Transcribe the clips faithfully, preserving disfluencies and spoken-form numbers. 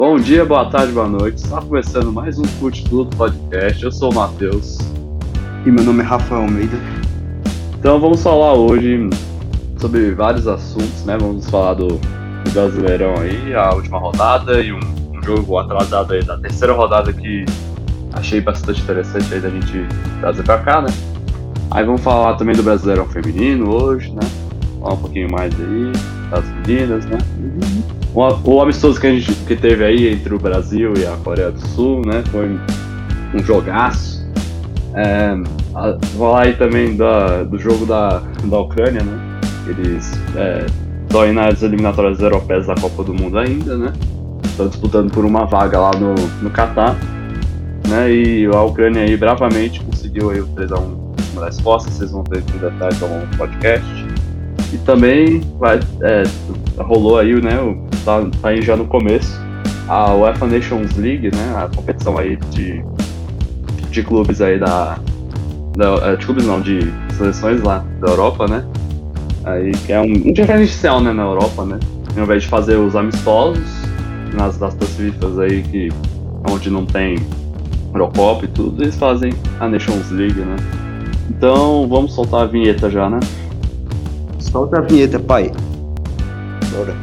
Bom dia, boa tarde, boa noite. Está começando mais um Fute Tudo Podcast. Eu sou o Matheus. E meu nome é Rafael Almeida. Então vamos falar hoje sobre vários assuntos, né? Vamos falar do, do Brasileirão aí, a última rodada e um, um jogo atrasado aí da terceira rodada que achei bastante interessante aí da gente trazer pra cá, né? Aí vamos falar também do Brasileirão Feminino hoje, né? Falar um pouquinho mais aí das meninas, né? O, o amistoso que a gente que teve aí entre o Brasil e a Coreia do Sul, né? Foi um jogaço. É, a, vou falar aí também da, do jogo da, da Ucrânia, né? Eles estão é, aí nas eliminatórias europeias da Copa do Mundo ainda, né? Estão disputando por uma vaga lá no, no Catar, né? E a Ucrânia aí bravamente conseguiu aí o três a um das respostas, vocês vão ter que detalhes ao longo do podcast. E também vai, é, rolou aí, né? Tá, tá aí já no começo a UEFA Nations League, né? A competição aí de, de clubes aí da, da de clubes não, de seleções lá da Europa, né? Aí que é um, um diferencial, né, na Europa, né? Ao invés de fazer os amistosos nas datas FIFA aí que onde não tem Eurocopa e tudo, eles fazem a Nations League, né? Então vamos soltar a vinheta já, né? Solta a vinheta, pai. Bora.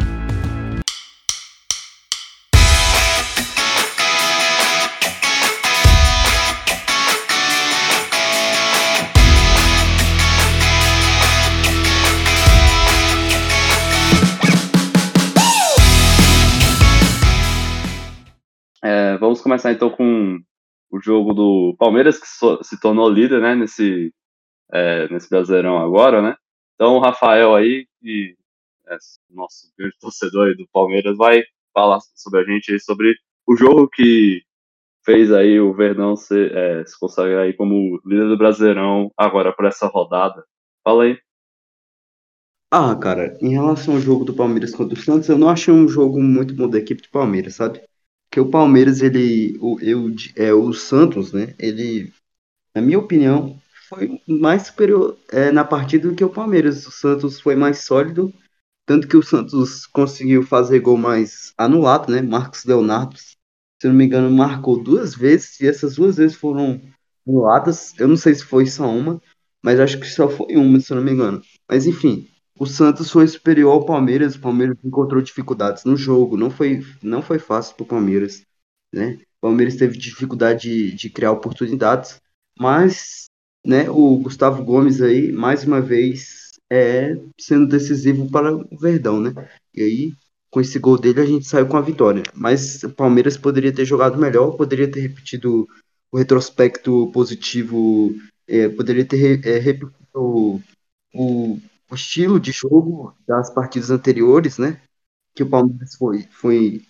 É, vamos começar então com o jogo do Palmeiras, que so, se tornou líder, né, nesse, é, nesse Brasileirão agora, né? Então o Rafael aí, que é nosso grande torcedor aí do Palmeiras, vai falar sobre a gente aí, sobre o jogo que fez aí o Verdão se, é, se consagrar aí como líder do Brasileirão agora por essa rodada. Fala aí. Ah, cara, em relação ao jogo do Palmeiras contra o Santos, eu não achei um jogo muito bom da equipe do Palmeiras, sabe? Porque o Palmeiras, ele, o, eu, é, o Santos, né? Ele, na minha opinião, foi mais superior é, na partida do que o Palmeiras. O Santos foi mais sólido, tanto que o Santos conseguiu fazer gol mais anulado, né? Marcos Leonardo, se eu não me engano, marcou duas vezes, e essas duas vezes foram anuladas. Eu não sei se foi só uma, mas acho que só foi uma, se eu não me engano. Mas enfim, o Santos foi superior ao Palmeiras. O Palmeiras encontrou dificuldades no jogo, não foi, não foi fácil para o Palmeiras, né? O Palmeiras teve dificuldade de, de criar oportunidades, mas, né, o Gustavo Gomes aí, mais uma vez, é sendo decisivo para o Verdão, né? E aí, com esse gol dele, a gente saiu com a vitória. Mas o Palmeiras poderia ter jogado melhor, poderia ter repetido o retrospecto positivo, é, poderia ter re- é, repetido o, o, o estilo de jogo das partidas anteriores, né? Que o Palmeiras foi, foi,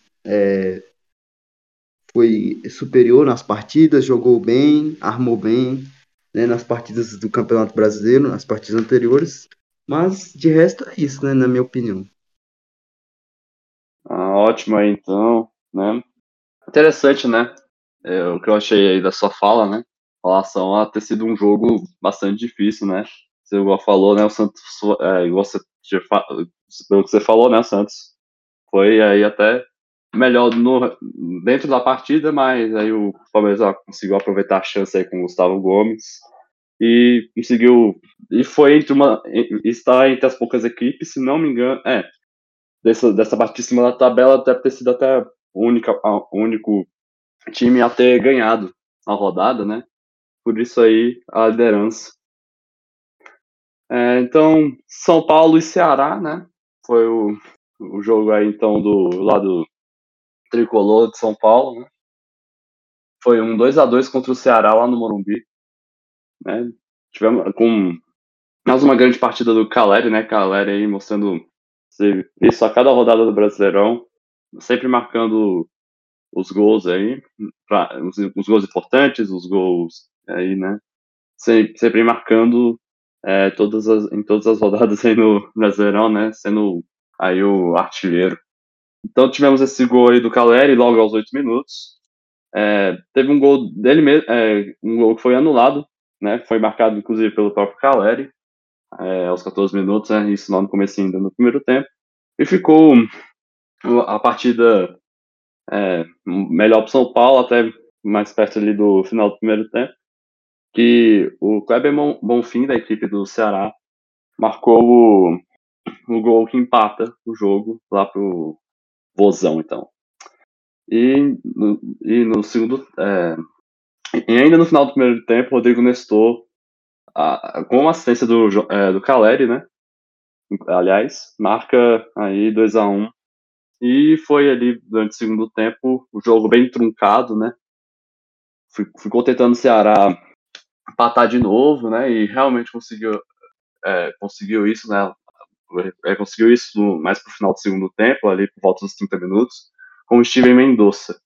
foi superior nas partidas, jogou bem, armou bem, né, nas partidas do Campeonato Brasileiro, nas partidas anteriores. Mas de resto é isso, né, na minha opinião. Ah, ótimo aí então, né? Interessante, né? É, o que eu achei aí da sua fala, né? Em relação a ter sido um jogo bastante difícil, né? Você igual falou, né? O Santos, é, igual você, pelo que você falou, né? O Santos foi aí até melhor no, dentro da partida, mas aí o Palmeiras ó, conseguiu aproveitar a chance aí com o Gustavo Gomes e conseguiu, e foi entre uma, está entre as poucas equipes, se não me engano, é, dessa, dessa parte de cima da tabela deve ter sido até o único, o único time a ter ganhado a rodada, né? Por isso aí a liderança. É, então, São Paulo e Ceará, né? Foi o, o jogo aí então do lado tricolor de São Paulo, né? Foi um dois a dois contra o Ceará lá no Morumbi, né? Tivemos com mais uma grande partida do Caleri, né? Caleri aí mostrando isso a cada rodada do Brasileirão, sempre marcando os gols aí, pra, os, os gols importantes, os gols aí, né? Sempre, sempre marcando é, todas as, em todas as rodadas aí no Brasileirão, né? Sendo aí o artilheiro. Então tivemos esse gol aí do Caleri logo aos oito minutos. É, teve um gol dele mesmo, é, um gol que foi anulado, né? Foi marcado inclusive pelo próprio Caleri é, aos catorze minutos, né? Isso lá no começo ainda no primeiro tempo. E ficou a partida é, melhor para São Paulo, até mais perto ali do final do primeiro tempo, que o Kleber Bonfim, da equipe do Ceará, marcou o, o gol que empata o jogo lá pro Vozão, então. E no, e no segundo... É, e ainda no final do primeiro tempo, Rodrigo Nestor, a, com a assistência do, é, do Caleri, né? Aliás, marca aí dois a um. E foi ali, durante o segundo tempo, o jogo bem truncado, né? Ficou tentando o Ceará empatar de novo, né? E realmente conseguiu, é, conseguiu isso, né? É, conseguiu isso no, mais pro final do segundo tempo, ali por volta dos trinta minutos, com o Steven Mendonça.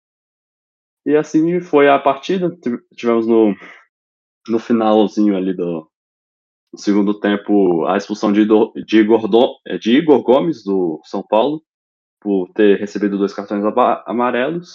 E assim foi a partida. Tivemos no, no finalzinho ali do, do segundo tempo a expulsão de, de, Igor, de Igor Gomes, do São Paulo, por ter recebido dois cartões amarelos.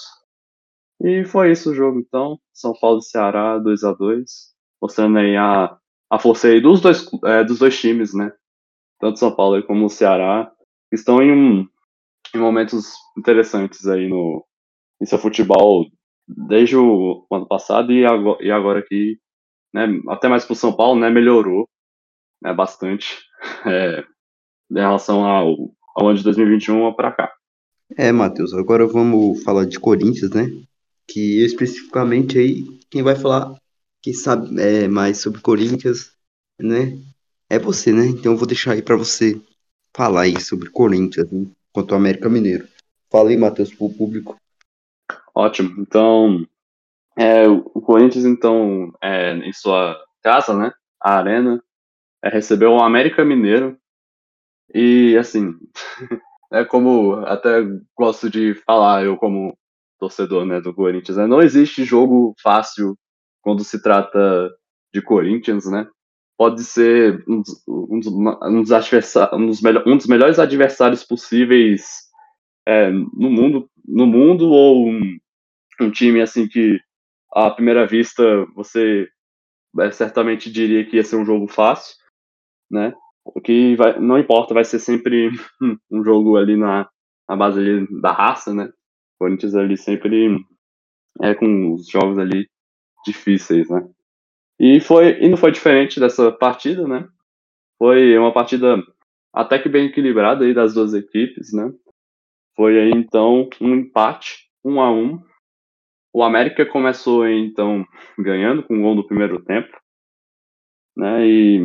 E foi isso o jogo, então. São Paulo e Ceará, dois a dois, mostrando aí a, a força aí dos dois, é, dos dois times, né? Tanto São Paulo como o Ceará, que estão em, um, em momentos interessantes aí no, em seu futebol desde o ano passado e agora, e agora aqui, né? Até mais pro São Paulo, né? Melhorou, né, bastante é, em relação ao, ao ano de dois mil e vinte e um para cá. É, Matheus, agora vamos falar de Corinthians, né? Que especificamente aí, quem vai falar, quem sabe é, mais sobre Corinthians, né? É você, né? Então eu vou deixar aí para você falar aí sobre Corinthians, né? Quanto ao América Mineiro. Fala aí, Matheus, pro público. Ótimo. Então, é, o Corinthians, então, é, em sua casa, né? A Arena, é, recebeu o América Mineiro. E, assim, é como até gosto de falar, eu como torcedor, né, do Corinthians, né, não existe jogo fácil quando se trata de Corinthians, né? Pode ser um dos, um dos, um dos, um dos, melhor, um dos melhores adversários possíveis é, no mundo, no mundo ou um, um time assim que à primeira vista você é, certamente diria que ia ser um jogo fácil, né? O que vai, não importa, vai ser sempre um jogo ali na, na base ali da raça, né? O Corinthians ali sempre é com os jogos ali difíceis, né? E foi e não foi diferente dessa partida, né? Foi uma partida até que bem equilibrada aí das duas equipes, né? Foi aí então um empate, um a um. O América começou então ganhando com o gol no primeiro tempo, né? E,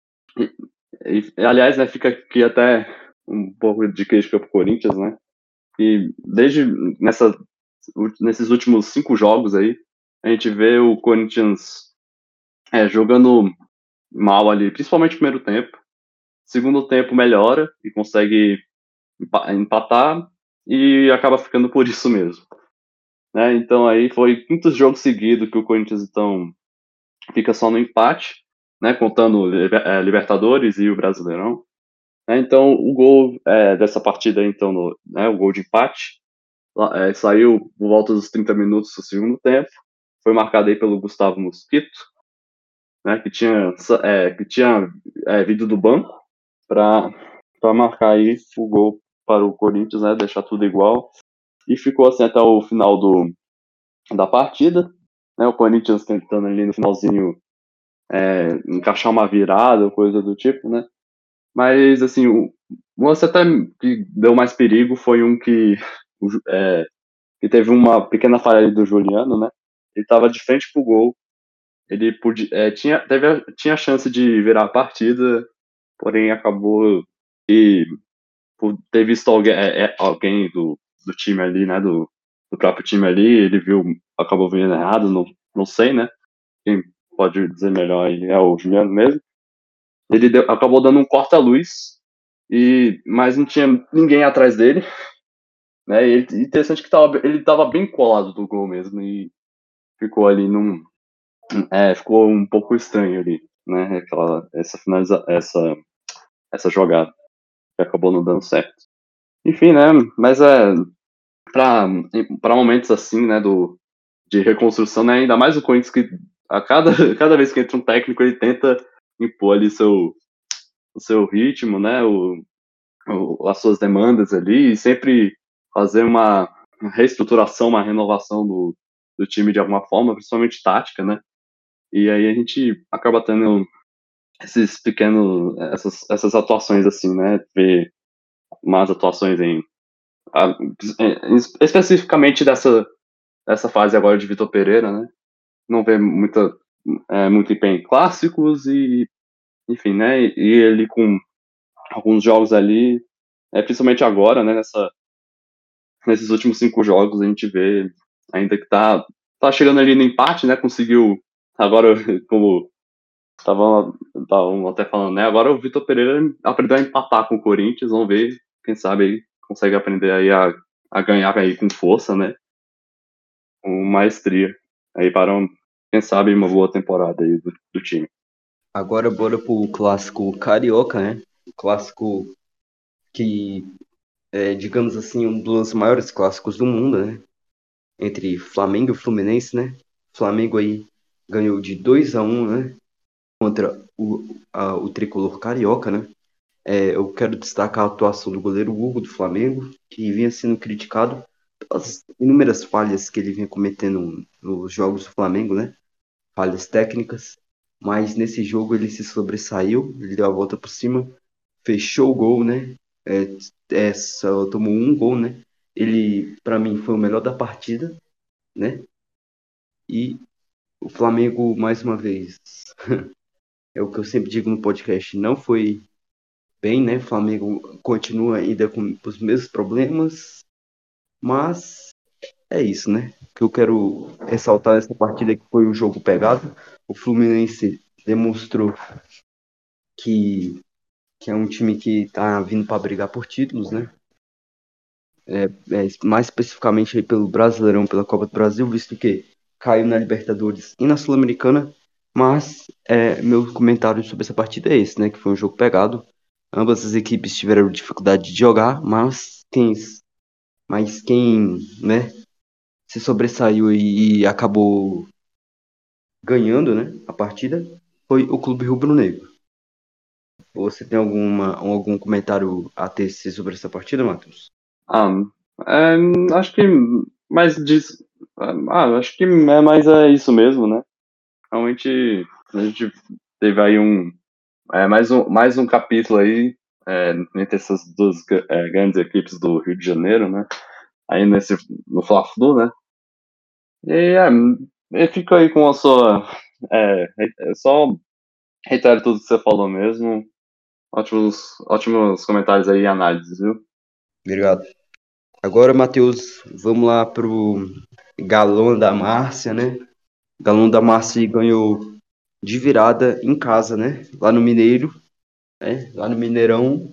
e, e aliás, né, fica aqui até um pouco de crítica pro Corinthians, né? E desde nessa, nesses últimos cinco jogos aí, a gente vê o Corinthians é, jogando mal ali, principalmente no primeiro tempo. Segundo tempo melhora e consegue empatar e acaba ficando por isso mesmo. Né? Então aí foi quinto jogo seguido que o Corinthians então fica só no empate, né? Contando é, Libertadores e o Brasileirão. Né? Então o gol é, dessa partida então, no, né, o gol de empate, é, saiu por volta dos trinta minutos do segundo tempo, foi marcado aí pelo Gustavo Mosquito, né? Que tinha, é, que tinha é, vindo do banco para marcar aí o gol para o Corinthians, né? Deixar tudo igual. E ficou assim até o final do, da partida, né? O Corinthians tentando ali no finalzinho é, encaixar uma virada, coisa do tipo, né? Mas assim, o lance até que deu mais perigo foi um que, é, que teve uma pequena falha ali do Juliano, né? Ele estava de frente pro gol, ele podia, é, tinha, teve, tinha chance de virar a partida, porém acabou e por ter visto alguém, é, é, alguém do, do time ali, né, do, do próprio time ali, ele viu, acabou vendo errado, não, não sei, né, quem pode dizer melhor aí é o Juliano mesmo. Ele deu, acabou dando um corta-luz, e, mas não tinha ninguém atrás dele, né, e ele, interessante que tava, ele estava bem colado do gol mesmo, e ficou ali num, é, ficou um pouco estranho ali, né, aquela, essa finaliza, essa, essa jogada, que acabou não dando certo. Enfim, né, mas é, para momentos assim, né, do, de reconstrução, né, ainda mais o Corinthians que a cada, cada vez que entra um técnico ele tenta impor ali seu, o seu ritmo, né, o, o, as suas demandas ali e sempre fazer uma, reestruturação, uma renovação do, do time de alguma forma, principalmente tática, né? E aí a gente acaba tendo esses pequenos, essas, essas atuações assim, né? Ver mais atuações em, a- em- especificamente dessa, dessa fase agora de Vitor Pereira, né? Não vê muita, é, muito empenho em clássicos e, enfim, né? E, e ele com alguns jogos ali, é, principalmente agora, né? Nessa, nesses últimos cinco jogos a gente vê ainda que tá, tá chegando ali no empate, né? Conseguiu agora, como estavam estavam até falando, né? Agora o Vitor Pereira aprendeu a empatar com o Corinthians, vamos ver, quem sabe aí consegue aprender aí a, a ganhar aí com força, né? Com maestria. Aí para, um, quem sabe, uma boa temporada aí do, do time. Agora bora pro clássico carioca, né? O clássico que é, digamos assim, um dos maiores clássicos do mundo, né? Entre Flamengo e Fluminense, né? Flamengo aí ganhou de dois a um, né? Contra o, a, o tricolor carioca, né? É, eu quero destacar a atuação do goleiro Hugo do Flamengo, que vinha sendo criticado pelas inúmeras falhas que ele vinha cometendo nos jogos do Flamengo, né? Falhas técnicas, mas nesse jogo ele se sobressaiu, ele deu a volta por cima, fechou o gol, né? É, é, só tomou um gol, né? Ele, para mim, foi o melhor da partida, né? E o Flamengo, mais uma vez, é o que eu sempre digo no podcast, não foi bem, né? O Flamengo continua ainda com os mesmos problemas, mas é isso, né? O que eu quero ressaltar nessa partida que foi um jogo pegado. O Fluminense demonstrou que, que é um time que está vindo para brigar por títulos, né? É, é, mais especificamente aí pelo Brasileirão, pela Copa do Brasil, visto que caiu na Libertadores e na Sul-Americana. Mas é, meu comentário sobre essa partida é esse, né? Que foi um jogo pegado. Ambas as equipes tiveram dificuldade de jogar, mas quem, mas quem, né, se sobressaiu e, e acabou ganhando, né, a partida foi o Clube Rubro-Negro. Você tem alguma, algum comentário a tecer sobre essa partida, Matheus? Ah, é, acho que mais diz, ah, acho que é mais é isso mesmo, né? Realmente a gente teve aí um, é, mais um, mais um capítulo aí é, entre essas duas é, grandes equipes do Rio de Janeiro, né? Aí nesse no Fla-Flu, né? E é, eu fico aí com a sua, é, é, só reitero tudo que você falou mesmo. Ótimos, ótimos comentários aí e análises, viu? Obrigado. Agora, Matheus, vamos lá pro Galão da Márcia, né? Galão da Márcia ganhou de virada em casa, né? Lá no Mineiro, né? Lá no Mineirão,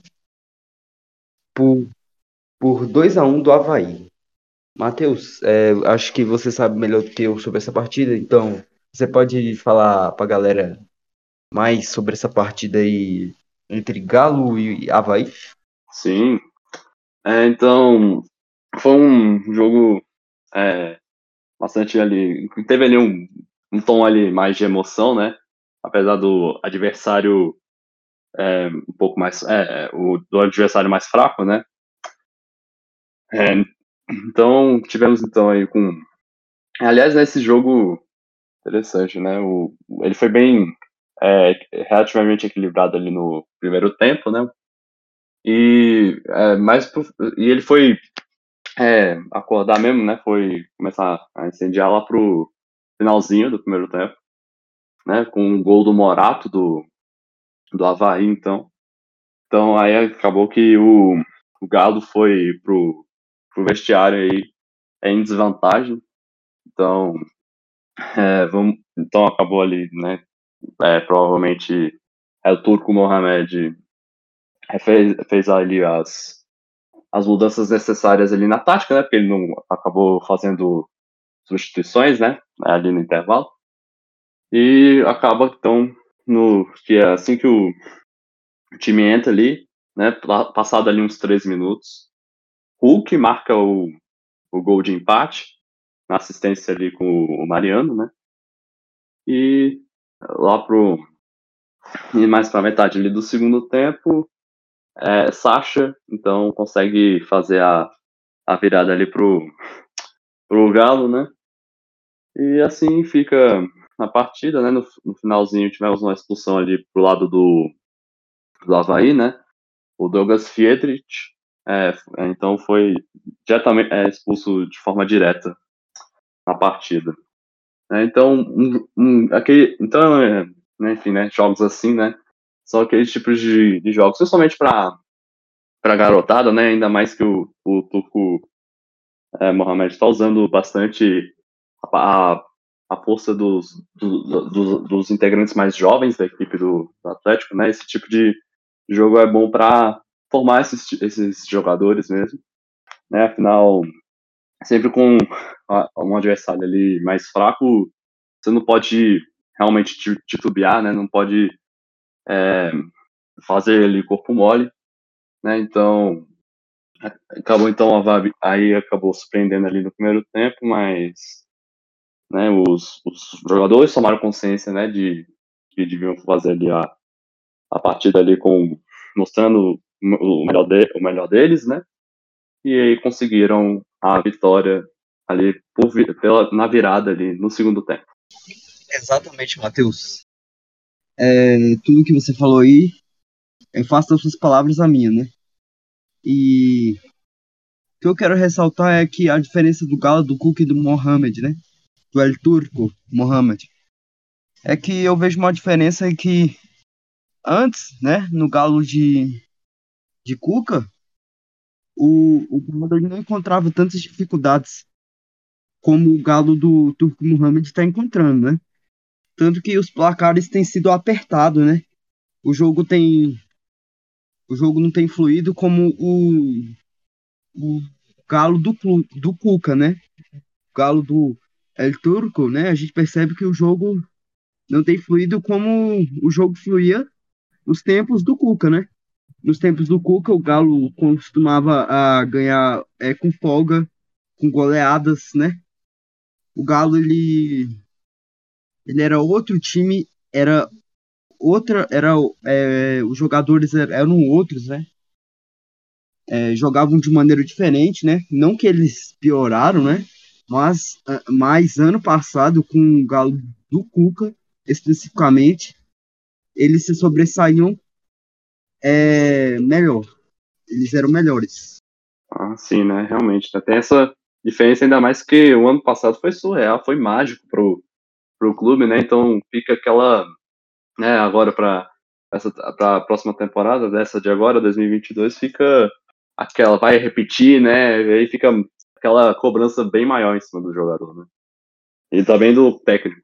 por, por dois a um do Avaí. Matheus, é, acho que você sabe melhor do que eu sobre essa partida, então você pode falar pra galera mais sobre essa partida aí entre Galo e Avaí? Sim. É, então, foi um jogo é, bastante ali. Teve ali um, um tom ali mais de emoção, né? Apesar do adversário é, um pouco mais. É, o do adversário mais fraco, né? É, então, tivemos então aí com. Aliás, nesse jogo interessante, né? O, ele foi bem é, relativamente equilibrado ali no primeiro tempo, né? E, é, mais pro, e ele foi é, acordar mesmo, né? Foi começar a incendiar lá pro finalzinho do primeiro tempo, né? Com um gol do Morato do, do Avaí, então. Então aí acabou que o, o Galo foi pro, pro vestiário aí é, em desvantagem. Então, é, vamos, então acabou ali, né? É, provavelmente é, o Turco Mohamed é, fez, fez ali as, as mudanças necessárias ali na tática, né? Porque ele não acabou fazendo substituições, né? Ali no intervalo. E acaba, então, no, que é assim que o, o time entra ali, né? Passado ali uns três minutos, Hulk marca o, o gol de empate, na assistência ali com o Mariano, né? E lá pro. E mais pra metade ali do segundo tempo, é, Sacha, então, consegue fazer a, a virada ali pro, pro Galo, né? E assim fica na partida, né? No, no finalzinho tivemos uma expulsão ali pro lado do, do Avaí, né? O Douglas Friedrich, é, então foi diretamente é, expulso de forma direta na partida. É, então, um, um, aquele, então é, né, enfim, né? Jogos assim, né? São aqueles tipos de, de jogos, principalmente para para garotada, né? Ainda mais que o, o Turco é, Mohamed está usando bastante a, a força dos, do, do, dos integrantes mais jovens da equipe do, do Atlético, né? Esse tipo de jogo é bom para formar esses, esses jogadores mesmo, né? Afinal, sempre com um adversário ali mais fraco, você não pode realmente titubear, né? Não pode é, fazer ali corpo mole, né? Então, acabou então a Vabi, aí acabou surpreendendo ali no primeiro tempo, mas né, os, os jogadores tomaram consciência, né, de que deviam fazer ali a, a partida ali com mostrando o melhor, de, o melhor deles, né, e aí conseguiram a vitória ali por, pela, na virada ali no segundo tempo. Exatamente, Matheus. É, tudo que você falou aí, eu faço das suas palavras a minha, né? E o que eu quero ressaltar é que a diferença do Galo, do Cook e do Mohamed, né? Do El Turco Mohamed. É que eu vejo uma diferença que antes, né? No Galo de, de Cuca, o, o Galo não encontrava tantas dificuldades como o Galo do Turco Mohamed está encontrando, né? Tanto que os placares têm sido apertados, né? O jogo tem o jogo não tem fluído como o, o Galo do, do Cuca, né? O Galo do El Turco, né? A gente percebe que o jogo não tem fluído como o jogo fluía nos tempos do Cuca, né? Nos tempos do Cuca, o Galo costumava a ganhar é, com folga, com goleadas, né? O Galo, ele, ele era outro time, era outra, era, é, os jogadores eram outros, né? É, jogavam de maneira diferente, né? Não que eles pioraram, né? Mas, mas ano passado, com o Galo do Cuca, especificamente, eles se sobressaíam é, melhor. Eles eram melhores. Ah, sim, né? Realmente. Né? Tem essa diferença, ainda mais que o ano passado foi surreal, foi mágico pro, pro clube, né? Então fica aquela, né, agora para essa para a próxima temporada dessa de agora, dois mil e vinte e dois, fica aquela vai repetir, né? E aí fica aquela cobrança bem maior em cima do jogador, né? E também do técnico.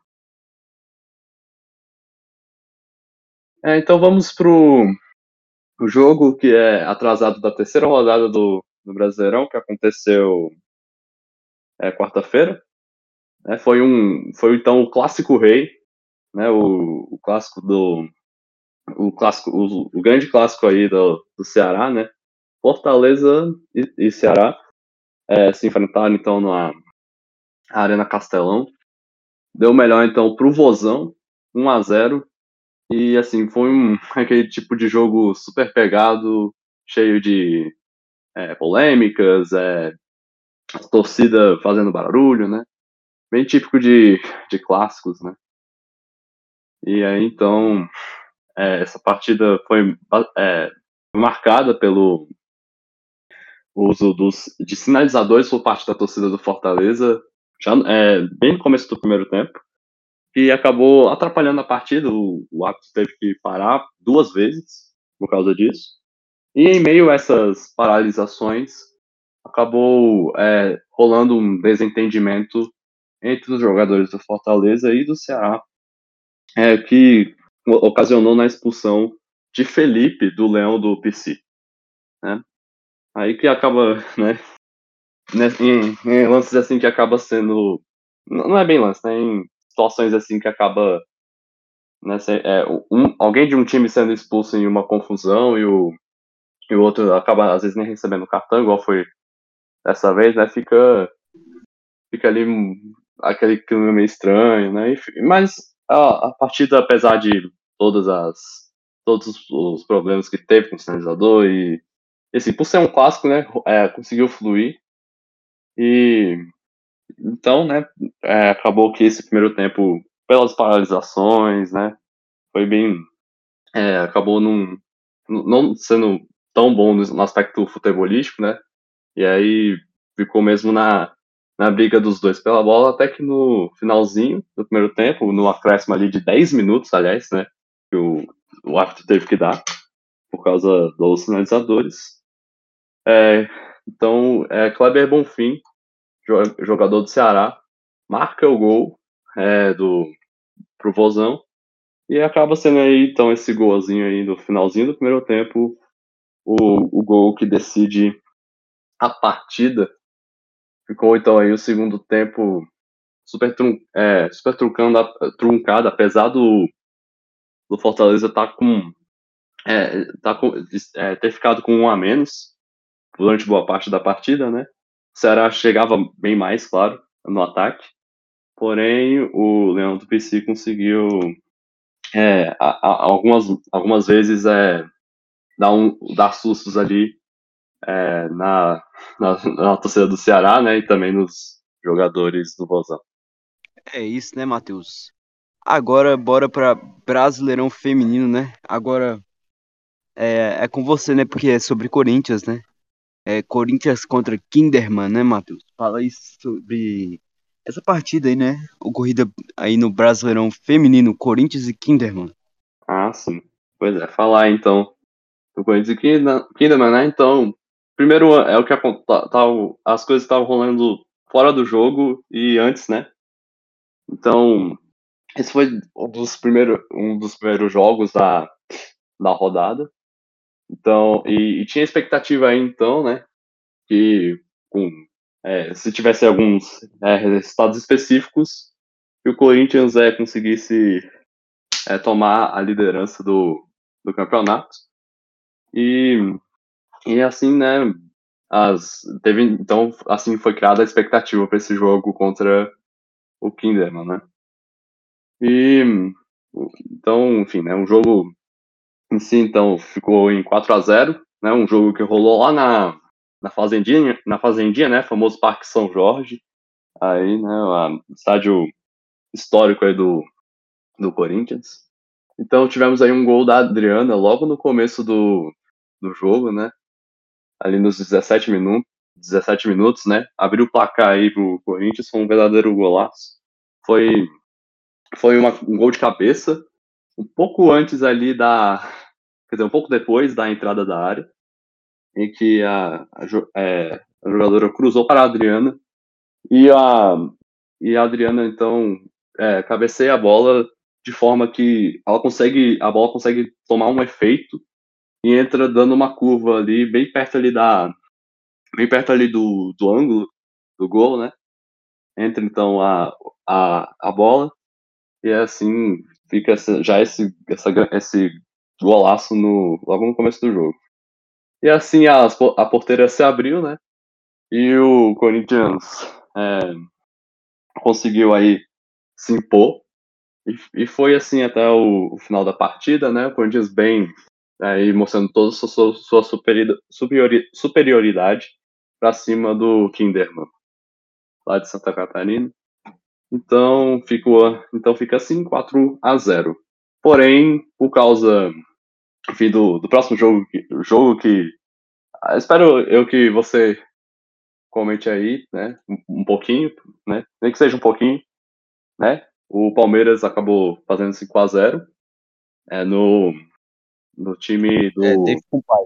É, então vamos pro o jogo que é atrasado da terceira rodada do, do Brasileirão, que aconteceu é, quarta-feira. Né? Foi um, foi então o clássico rei, né? O, o clássico do, o clássico, o, o grande clássico aí do, do Ceará, né? Fortaleza e, e Ceará é, se enfrentaram então na Arena Castelão. Deu melhor então pro Vozão, um a zero. E assim, foi um, aquele tipo de jogo super pegado, cheio de é, polêmicas, é, torcida fazendo barulho, né? Bem típico de, de clássicos, né? E aí então, é, essa partida foi é, marcada pelo uso dos, de sinalizadores por parte da torcida do Fortaleza, já, é, bem no começo do primeiro tempo, que acabou atrapalhando a partida. O, o árbitro teve que parar duas vezes por causa disso. E em meio a essas paralisações, acabou é, rolando um desentendimento entre os jogadores do Fortaleza e do Ceará, é, que ocasionou na expulsão de Felipe do Leão do P C. Né? Aí que acaba, né, em, em lances assim que acaba sendo, não é bem lance, né, em situações assim que acaba, né, se, é, um, alguém de um time sendo expulso em uma confusão e o, e o outro acaba às vezes nem recebendo cartão, igual foi dessa vez, né, fica, fica ali aquele clima meio estranho, né, enfim, mas a, a partida, apesar de todas as, todos os, os problemas que teve com o sinalizador e, assim, por ser um clássico, né, é, conseguiu fluir. E então, né, é, acabou que esse primeiro tempo, pelas paralisações, né, foi bem, é, acabou num, não sendo tão bom no, no aspecto futebolístico, né, e aí ficou mesmo na, na briga dos dois pela bola, até que no finalzinho do primeiro tempo, no acréscimo ali de dez minutos, aliás, né, que o, o árbitro teve que dar, por causa dos sinalizadores. É, então, é, Kleber Bonfim, jogador do Ceará, marca o gol é, do, pro Vozão, e acaba sendo aí, então, esse golzinho aí no finalzinho do primeiro tempo, o, o gol que decide a partida. Ficou, então, aí o segundo tempo super, trun, é, super truncando, truncado, apesar do, do Fortaleza tá com, é, tá com, é, ter ficado com um a menos durante boa parte da partida, né? O Ceará chegava bem mais, claro, no ataque, porém o Leão do P C conseguiu é, a, a, algumas, algumas vezes é, dar, um, dar sustos ali é, na, na, na torcida do Ceará, né? E também nos jogadores do Vozão. É isso, né, Matheus? Agora, bora para Brasileirão Feminino, né? Agora é, é com você, né? Porque é sobre Corinthians, né? É Corinthians contra Kinderman, né, Matheus? Fala aí sobre essa partida aí, né? Ocorrida aí no Brasileirão Feminino, Corinthians e Kinderman. Ah, sim. Pois é, falar então do Corinthians e Kinderman, né? Então, primeiro é o que tá, tá, as coisas estavam rolando fora do jogo e antes, né? Então, esse foi um dos primeiros, um dos primeiros jogos da, da rodada. Então, e, e tinha expectativa aí, então, né? Que com, é, se tivesse alguns é, resultados específicos, que o Corinthians é, conseguisse é, tomar a liderança do, do campeonato. E, e assim, né? As, teve, então, assim foi criada a expectativa para esse jogo contra o Kinderman, né? E então, enfim, né? Um jogo em si, então, ficou em quatro a zero, né? Um jogo que rolou lá na, na Fazendinha, na Fazendinha, né? Famoso Parque São Jorge, aí, né? O estádio histórico aí do, do Corinthians. Então, tivemos aí um gol da Adriana logo no começo do, do jogo, né? Ali nos dezessete minutos, dezessete minutos, né? Abriu o placar aí pro Corinthians, foi um verdadeiro golaço. Foi, foi uma, um gol de cabeça, um pouco antes ali da, quer dizer, um pouco depois da entrada da área, em que a, a, é, a jogadora cruzou para a Adriana e a, e a Adriana, então, é, cabeceia a bola de forma que ela consegue, a bola consegue tomar um efeito e entra dando uma curva ali, bem perto ali da, bem perto ali do, do ângulo do gol, né? Entra então a, a, a bola e assim fica essa, já esse, essa, esse golaço no, logo no começo do jogo. E assim a, a porteira se abriu, né? E o Corinthians é, conseguiu aí se impor. E, e foi assim até o, o, final da partida, né? O Corinthians bem aí mostrando toda a sua, sua superiori, superioridade para cima do Kinderman, lá de Santa Catarina. Então, ficou, então fica assim, quatro a zero. Porém, por causa enfim, do, do próximo jogo, jogo que espero eu que você comente aí, né, um, um pouquinho, né, nem que seja um pouquinho, né, o Palmeiras acabou fazendo cinco a zero é, no, no time É, teve do... com o pai.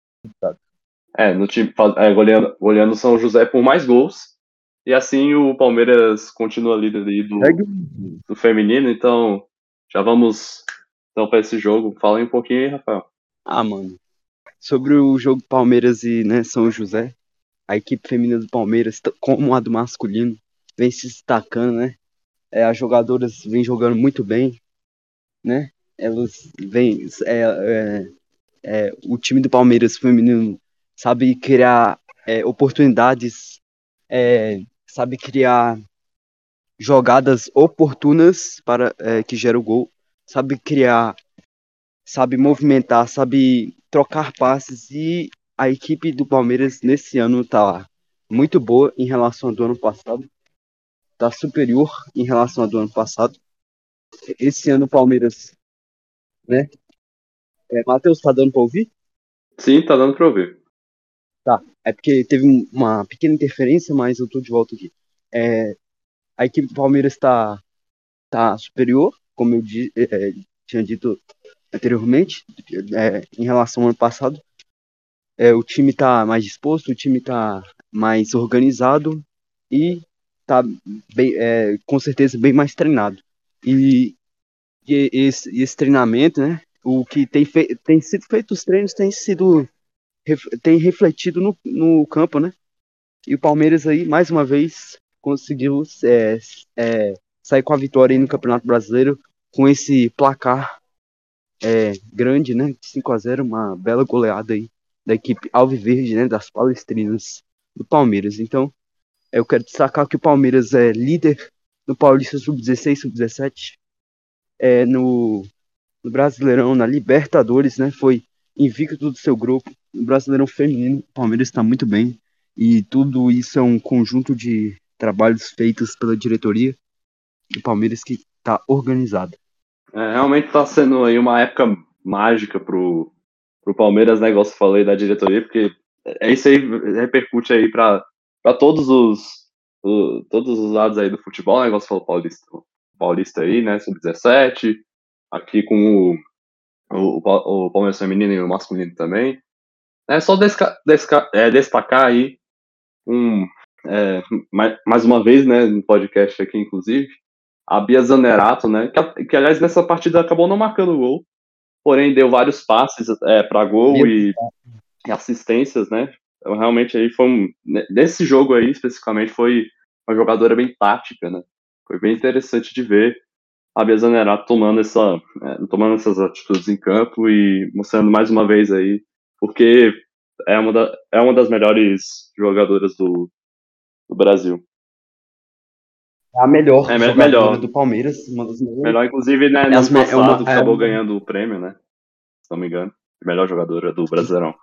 É, no time, é, goleando, goleando São José por mais gols, e assim o Palmeiras continua líder ali do, Segue. do feminino, então já vamos então para esse jogo. Fala aí um pouquinho aí, Rafael. Ah, mano. Sobre o jogo Palmeiras e, né, São José, a equipe feminina do Palmeiras, t- como a do masculino, vem se destacando, né? É, as jogadoras vêm jogando muito bem, né? Elas vêm. É, é, é, o time do Palmeiras feminino sabe criar é, oportunidades, é, sabe criar jogadas oportunas para é, que gera o gol, sabe criar, sabe movimentar, sabe trocar passes e a equipe do Palmeiras nesse ano tá muito boa em relação ao do ano passado. Tá superior em relação ao do ano passado. Esse ano o Palmeiras, né? É, Matheus, tá dando pra ouvir? Sim, tá dando pra ouvir. Tá. É porque teve um- uma pequena interferência, mas eu tô de volta aqui. É, a equipe do Palmeiras tá, tá superior, como eu di- é, tinha dito anteriormente, é, em relação ao ano passado. É, o time tá mais disposto, o time tá mais organizado e tá bem, é, com certeza bem mais treinado. E, e esse, e esse treinamento, né? O que tem, fei- tem sido feito, os treinos têm sido ref- tem refletido no, no campo, né? E o Palmeiras aí, mais uma vez, conseguiu é, é, sair com a vitória aí no Campeonato Brasileiro com esse placar é, grande, né? De cinco a zero, uma bela goleada aí da equipe Alviverde, né? Das Palestrinas do Palmeiras. Então, eu quero destacar que o Palmeiras é líder no Paulista sub dezesseis, sub dezessete, é, no, no Brasileirão, na Libertadores, né? Foi invicto do seu grupo. No Brasileirão Feminino, o Palmeiras está muito bem. E tudo isso é um conjunto de trabalhos feitos pela diretoria do Palmeiras que está organizado. É, realmente tá sendo aí uma época mágica pro, pro Palmeiras, né? Igual você falou aí da diretoria, porque é isso aí repercute aí pra, pra todos os, o- todos os lados aí do futebol, né? Igual você falou, Paulista, Paulista aí, né? sub dezessete, aqui com o, o, Pa- o Palmeiras feminino e o masculino também. É só desca, desca, é, destacar aí um, é, mais, mais uma vez, né, no podcast aqui, inclusive, a Bia Zanerato, né, que, que aliás nessa partida acabou não marcando gol, porém deu vários passes é, para gol e, e assistências, né. Então, realmente aí foi um, nesse jogo aí especificamente foi uma jogadora bem tática, né. Foi bem interessante de ver a Bia Zanerato tomando essa, é, tomando essas atitudes em campo e mostrando mais uma vez aí porque é uma, da, é uma das melhores jogadoras do, do Brasil. É a melhor É me- jogadora melhor. do Palmeiras, uma das melhores. Melhor, inclusive, né, É, no ano as, me- é uma, passado, é acabou uma ganhando o prêmio, né? Se não me engano. Melhor jogadora do Brasileirão.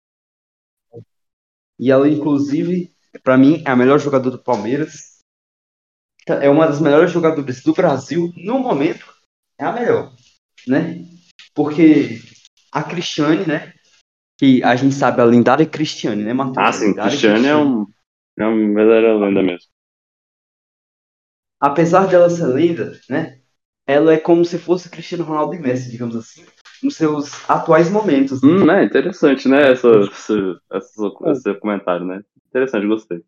E ela, inclusive, para mim, é a melhor jogadora do Palmeiras. É uma das melhores jogadoras do Brasil. No momento, é a melhor, né? Porque a Cristiane, né? Que a gente sabe, a lendária Cristiane, né, Ah, Matheus? A sim, lendária Cristiano é Cristiane. um, é um verdadeiro lenda mesmo. Apesar dela ser lenda, né? Ela é como se fosse Cristiano Ronaldo e Messi, digamos assim, nos seus atuais momentos, né? Hum, é interessante, né? Essa, essa, essa- esse comentário, né? Interessante, gostei.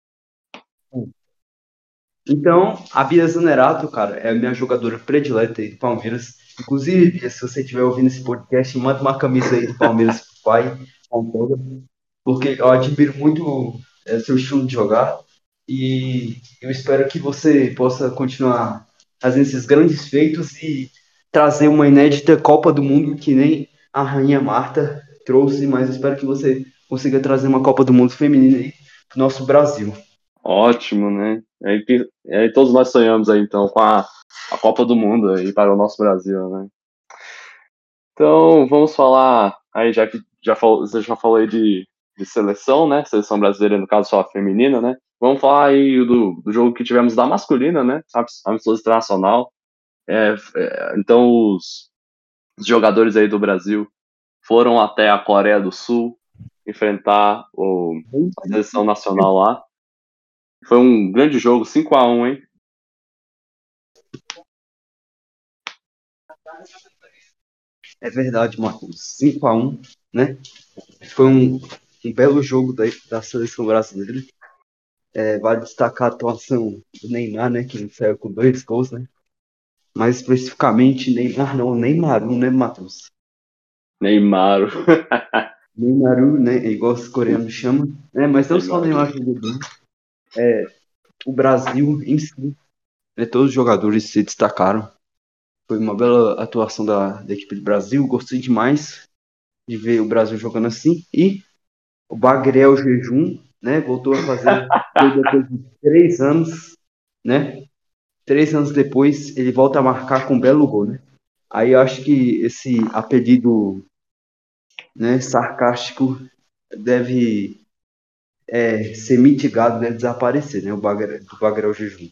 Então, a Bia Zanerato, cara, é a minha jogadora predileta aí do Palmeiras. Inclusive, se você estiver ouvindo esse podcast, manda uma camisa aí do Palmeiras pro pai, porque eu admiro muito é, seu estilo de jogar e eu espero que você possa continuar fazendo esses grandes feitos e trazer uma inédita Copa do Mundo que nem a Rainha Marta trouxe, mas eu espero que você consiga trazer uma Copa do Mundo feminina aí pro nosso Brasil. Ótimo, né? É aí, que- é aí todos nós sonhamos aí, então, com a, a Copa do Mundo aí para o nosso Brasil, né? Então, vamos falar aí, já que já falou, você já falou aí de, de seleção, né? Seleção brasileira, no caso, só a feminina, né? Vamos falar aí do, do jogo que tivemos da masculina, né? Amistoso internacional. É, é, então, os, os jogadores aí do Brasil foram até a Coreia do Sul enfrentar o, a seleção nacional lá. Foi um grande jogo, cinco a um, hein? É verdade, Marcos. cinco a um, né? Foi um, um belo jogo da, da seleção brasileira. É, vale destacar a atuação do Neymar, né? Que saiu com dois gols, né? Mais especificamente, Neymar não, Neymaru, né, Matheus? Neymar. Neymaru, né? É igual os coreanos chamam. É, mas não só o Neymar. Neymar jogou bem. O Brasil em si, né, todos os jogadores se destacaram. Foi uma bela atuação da, da equipe do Brasil. Gostei demais de ver o Brasil jogando assim. E o Bagrel Jejum, né? Voltou a fazer gol depois de três anos, né? Três anos depois, ele volta a marcar com um belo gol, né? Aí eu acho que esse apelido, né, sarcástico deve é, ser mitigado, deve desaparecer, né? O bagra, do Bagrão Jejum.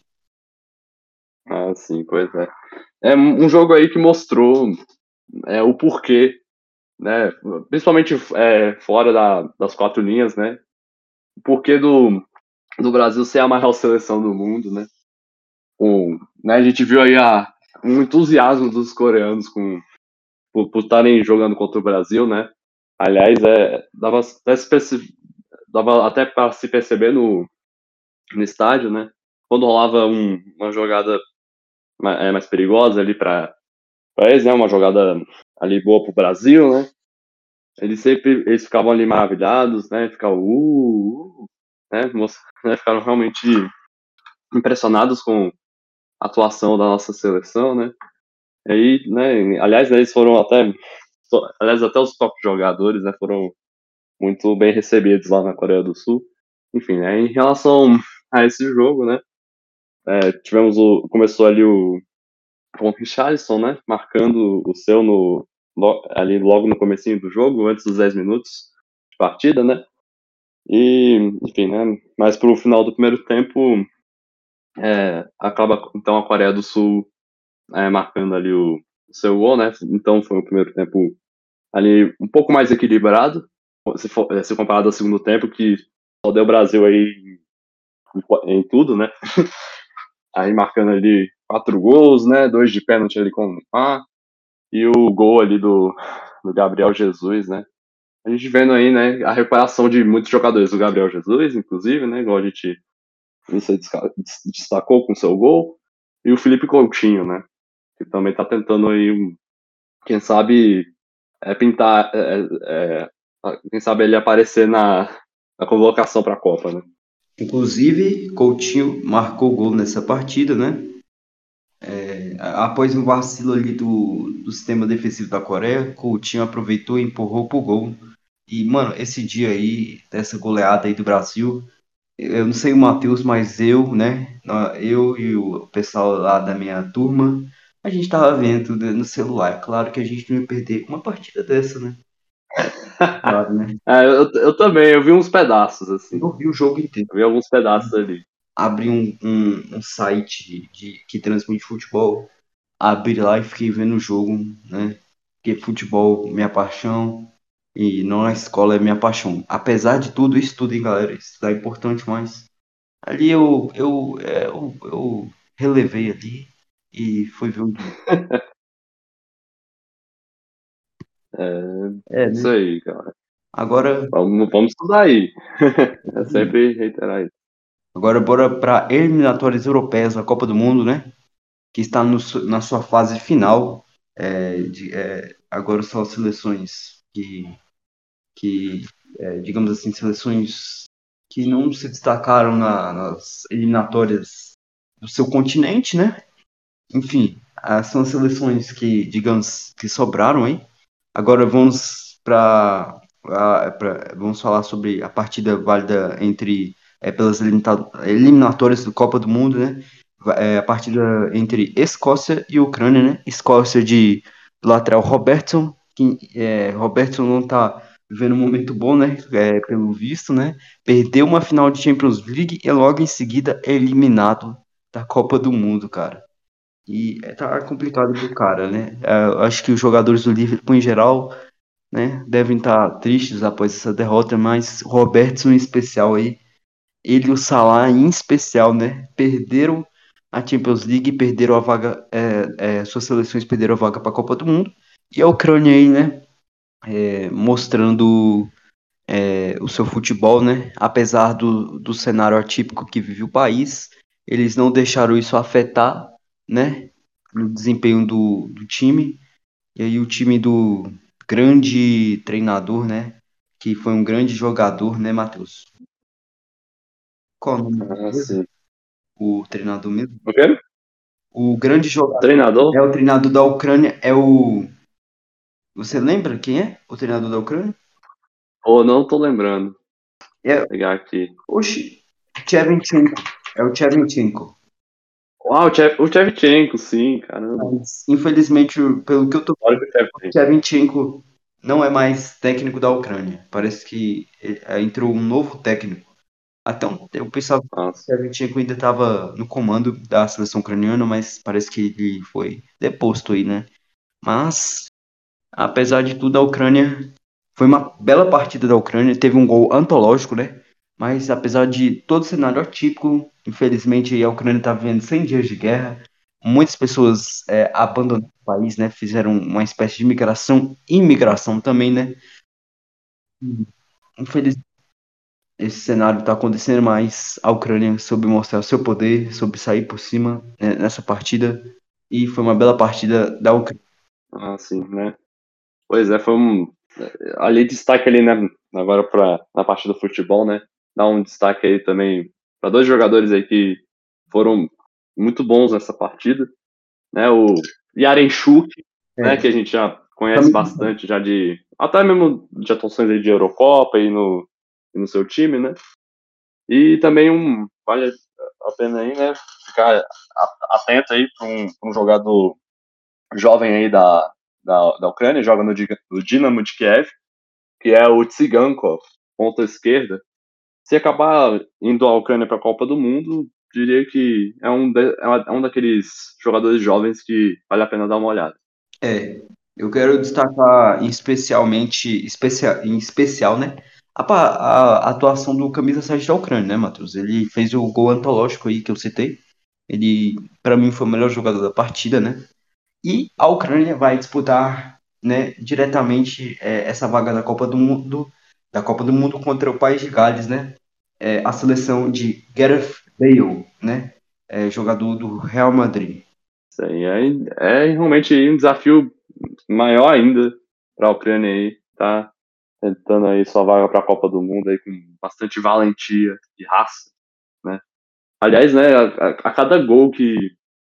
Ah, sim, pois é. É um jogo aí que mostrou é, o porquê, né? Principalmente é, fora da, das quatro linhas, né? O porquê do, do Brasil ser a maior seleção do mundo, né? Com, né? A gente viu aí a, um entusiasmo dos coreanos com, por estarem jogando contra o Brasil, né? Aliás, é, dava, até se perce- dava até para se perceber no, no estádio, né? Quando rolava um, uma jogada mais, é, mais perigosa ali para eles, né? Uma jogada ali boa para o Brasil, né? Eles sempre eles ficavam ali maravilhados, né? Ficavam, uh, uh, né? Most- né? Ficaram realmente impressionados com a atuação da nossa seleção, né? E aí, né? Aliás, né, eles foram até, aliás, até os próprios jogadores, né? Foram muito bem recebidos lá na Coreia do Sul. Enfim, né? Em relação a esse jogo, né? É, tivemos o começou ali o com o Richarlison, né? Marcando o seu no ali logo no comecinho do jogo, antes dos dez minutos de partida, né? E, enfim, né? Mas pro final do primeiro tempo, é, acaba então a Coreia do Sul é, marcando ali o, o seu gol, né? Então foi um primeiro tempo ali um pouco mais equilibrado, se, for, se comparado ao segundo tempo, que só deu Brasil aí em, em tudo, né? Aí marcando ali quatro gols, né? Dois de pênalti ali com o Neymar e o gol ali do, do Gabriel Jesus, né? A gente vendo aí, né, a recuperação de muitos jogadores, o Gabriel Jesus, inclusive, né, igual a gente você destacou com seu gol, e o Felipe Coutinho, né, que também tá tentando aí, quem sabe, é, pintar, é, é, quem sabe ele aparecer na, na convocação para a Copa, né. Inclusive, Coutinho marcou gol nessa partida, né? É, após um vacilo ali do, do sistema defensivo da Coreia, Coutinho aproveitou e empurrou pro gol. E, mano, esse dia aí, dessa goleada aí do Brasil, eu não sei o Matheus, mas eu, né? Eu e o pessoal lá da minha turma, a gente tava vendo tudo no celular. Claro que a gente não ia perder uma partida dessa, né? Claro, né? É, eu, eu também, eu vi uns pedaços, assim, Eu vi o jogo inteiro. eu vi alguns pedaços ali. Abri um, um, um site de, de- que transmite futebol, abri lá e fiquei vendo o jogo, né? Porque futebol é minha paixão e não a escola é minha paixão. Apesar de tudo isso tudo, hein, galera? Estudar é importante, mas ali eu, eu, é, eu, eu relevei ali e fui ver o jogo. É, É isso né? aí, cara. Agora, Vamos, vamos estudar aí. É sempre reiterar isso. agora bora para eliminatórias europeias da Copa do Mundo, né? Que está no su- na sua fase final. É, de, é, agora são as seleções que, que é, digamos assim, seleções que não se destacaram na- nas eliminatórias do seu continente, né? Enfim, ah, são as seleções que, digamos, que sobraram aí. Agora vamos para vamos falar sobre a partida válida entre é, pelas elimina- eliminatórias do Copa do Mundo, né? Va- É, a partida entre Escócia e Ucrânia, né? Escócia de lateral Robertson, que é, Robertson não tá vivendo um momento bom, né? É, pelo visto, né? Perdeu uma final de Champions League e logo em seguida é eliminado da Copa do Mundo, cara. E é, tá complicado pro cara, né? É, eu acho que os jogadores do Liverpool em geral, né, devem estar tristes após essa derrota, mas o Robertson em especial aí, ele e o Salah em especial, né, perderam a Champions League, perderam a vaga, é, é, suas seleções perderam a vaga para a Copa do Mundo, e a Ucrânia aí, né, é, mostrando é, o seu futebol, né, apesar do, do cenário atípico que vive o país, eles não deixaram isso afetar, né, no desempenho do, do time. E aí o time do grande treinador, né? Que foi um grande jogador, né, Matheus? Qual é o nome dele Ah, mesmo? sim. O treinador mesmo? O quê? O grande jogador Treinador? é o treinador da Ucrânia, é o. Você lembra quem é o treinador da Ucrânia? Ou não tô lembrando. Vou É, pegar aqui. oxi, Tchevchenko. É o Tchevchenko. Ah, o Chev- o Shevchenko, sim, caramba. Mas, infelizmente, pelo que eu tô Olha vendo, que o o Shevchenko. Tchevchenko não é mais técnico da Ucrânia. Parece que eh, entrou um novo técnico. Até um, eu pensava que Nossa, o Shevchenko ainda estava no comando da seleção ucraniana, mas parece que ele foi deposto aí, né? Mas, apesar de tudo, a Ucrânia foi uma bela partida da Ucrânia, teve um gol antológico, né? Mas apesar de todo o cenário atípico, infelizmente a Ucrânia está vivendo cem dias de guerra. Muitas pessoas é, abandonaram o país, né? Fizeram uma espécie de migração, imigração também, né? Infelizmente esse cenário está acontecendo, mas a Ucrânia soube mostrar o seu poder, soube sair por cima, né, nessa partida e foi uma bela partida da Ucrânia. assim, né? Pois é, foi um. Ali destaque ali, né? Agora pra, na parte do futebol, né? Dá um destaque aí também para dois jogadores aí que foram muito bons nessa partida, né? O Yaremchuk, né? É, Que a gente já conhece também, bastante, já de até mesmo de atuações aí de Eurocopa e no, e no seu time, né? E também um vale a pena aí, né? Ficar atento aí para um, pra um jogador jovem aí da, da, da Ucrânia, joga no, no Dinamo de Kiev, que é o Tsigankov, ponta esquerda. Se acabar indo à Ucrânia para a Copa do Mundo, diria que é um, de, é um daqueles jogadores jovens que vale a pena dar uma olhada. é, eu quero destacar em especialmente, especia, em especial, né, a, pa- a atuação do camisa sete da Ucrânia, né, Matheus? Ele fez o gol antológico aí que eu citei. Ele, para mim, foi o melhor jogador da partida, né? E a Ucrânia vai disputar, né, diretamente é, essa vaga da Copa do Mundo, da Copa do Mundo contra o País de Gales, né? É, a seleção de Gareth Bale, né? É, jogador do Real Madrid. Isso aí é, é realmente um desafio maior ainda para a Ucrânia aí, tá tentando aí sua vaga para a Copa do Mundo aí com bastante valentia e raça, né? Aliás, né, a, a cada gol que,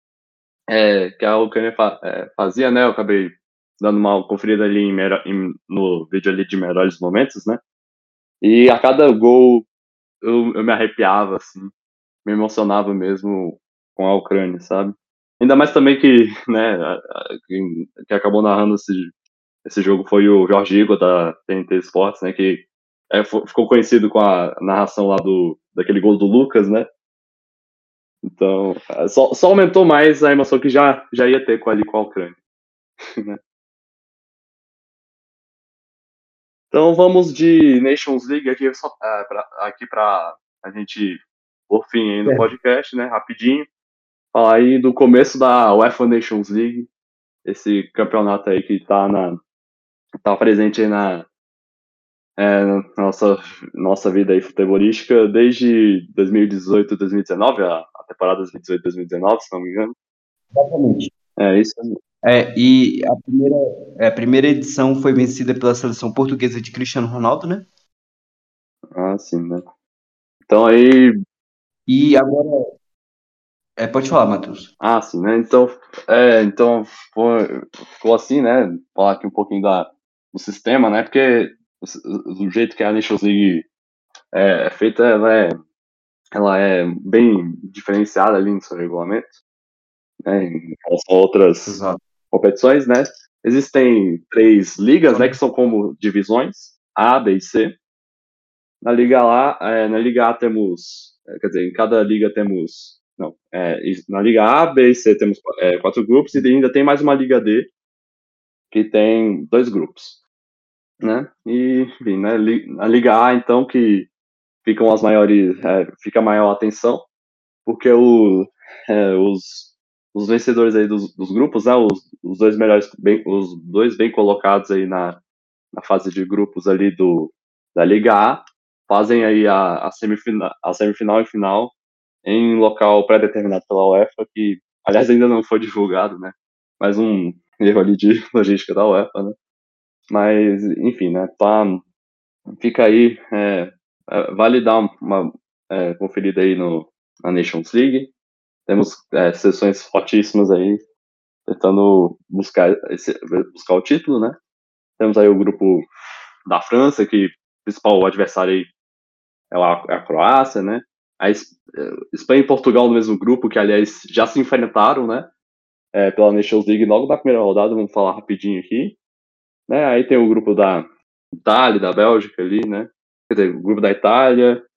é, que a Ucrânia fa, é, fazia, né, eu acabei dando uma conferida ali em, em, no vídeo ali de melhores momentos, né? E a cada gol eu, eu me arrepiava, assim, me emocionava mesmo com a Ucrânia, sabe? Ainda mais também que, né, a, a, que, que acabou narrando esse, esse jogo foi o Jorge Igor da T N T Sports, né, que é, ficou conhecido com a narração lá do daquele gol do Lucas, né? Então, só, só aumentou mais a emoção que já, já ia ter com ali com a Ucrânia. Né? Então vamos de Nations League aqui só é, pra, aqui para a gente por fim aí no É. podcast, né? Rapidinho. Falar aí do começo da UEFA Nations League, esse campeonato aí que tá na tá presente aí na é, nossa nossa vida aí futebolística desde dois mil e dezoito, dois mil e dezenove, a, a temporada dois mil e dezoito, dois mil e dezenove, se não me engano. Exatamente. É isso. É, e a primeira, é, a primeira edição foi vencida pela seleção portuguesa de Cristiano Ronaldo, né? Ah, sim, né? Então aí, E agora, é, pode falar, Matheus. ah, sim, né? Então, é, então foi, ficou assim, né? Falar aqui um pouquinho da, do sistema, né? Porque o, o jeito que a Nations League é, é feita, ela é, ela é bem diferenciada ali no seu regulamento, né? Em relação a outras Exato. competições, né? Existem três ligas, né? Que são como divisões, A, B e C. Na Liga A, é, na Liga A temos, é, quer dizer, em cada liga temos, não, é, na Liga A, B e C temos é, quatro grupos e ainda tem mais uma Liga D que tem dois grupos, né? E, enfim, né, na Liga A, então, que ficam as maiores, é, fica a maior atenção, porque o, é, os, os vencedores aí dos, dos grupos, né, os, os dois melhores, bem, os dois bem colocados aí na, na fase de grupos ali do, da Liga A, fazem aí a, a, semifinal, a semifinal e final em local pré-determinado pela UEFA, que, aliás, ainda não foi divulgado, né? Mais um erro ali de logística da UEFA, né? Mas, enfim, né? Tá, fica aí, é, é, vale dar uma é, conferida aí no, na Nations League. Temos é, sessões fortíssimas aí, tentando buscar, esse, buscar o título, né? Temos aí o grupo da França, que o principal adversário aí é a, é a Croácia, né? A Espanha e Portugal no mesmo grupo, que aliás já se enfrentaram, né? É, pela Nations League logo na primeira rodada, vamos falar rapidinho aqui. Né? Aí tem o grupo da Itália, da Bélgica ali, né? Quer dizer, o grupo da Itália,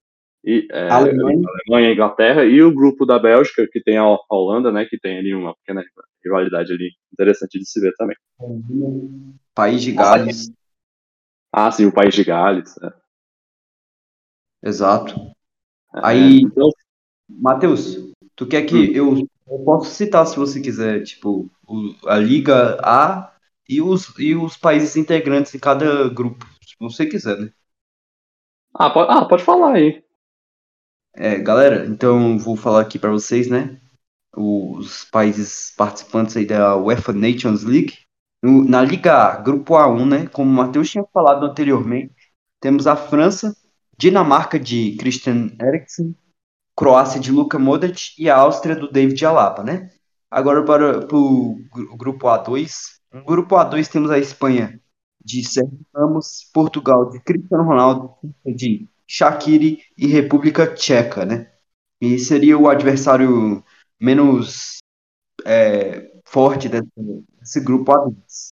e, é, Alemanha. Alemanha e Inglaterra, e o grupo da Bélgica, que tem a Holanda, né, que tem ali uma pequena rivalidade ali interessante de se ver também. País de Gales. Ah, sim, o País de Gales. É. Exato. É, Aí, então, Matheus, tu quer que hum. eu, eu posso citar se você quiser, tipo, o- a Liga A e os, e os países integrantes em cada grupo, se você quiser, né? Ah, pode, ah, pode falar aí. É, galera, então vou falar aqui para vocês, né? Os países participantes aí da UEFA Nations League. No- na Liga A, grupo A um, né? Como o Matheus tinha falado anteriormente, temos a França, Dinamarca de Christian Eriksen, Croácia de Luka Modric e a Áustria do David Alaba, né? Agora para, para o grupo A dois. No grupo A dois temos a Espanha de Sérgio Ramos, Portugal de Cristiano Ronaldo, de Shaqiri e República Tcheca, né? E seria o adversário menos é, forte desse, desse grupo A dois.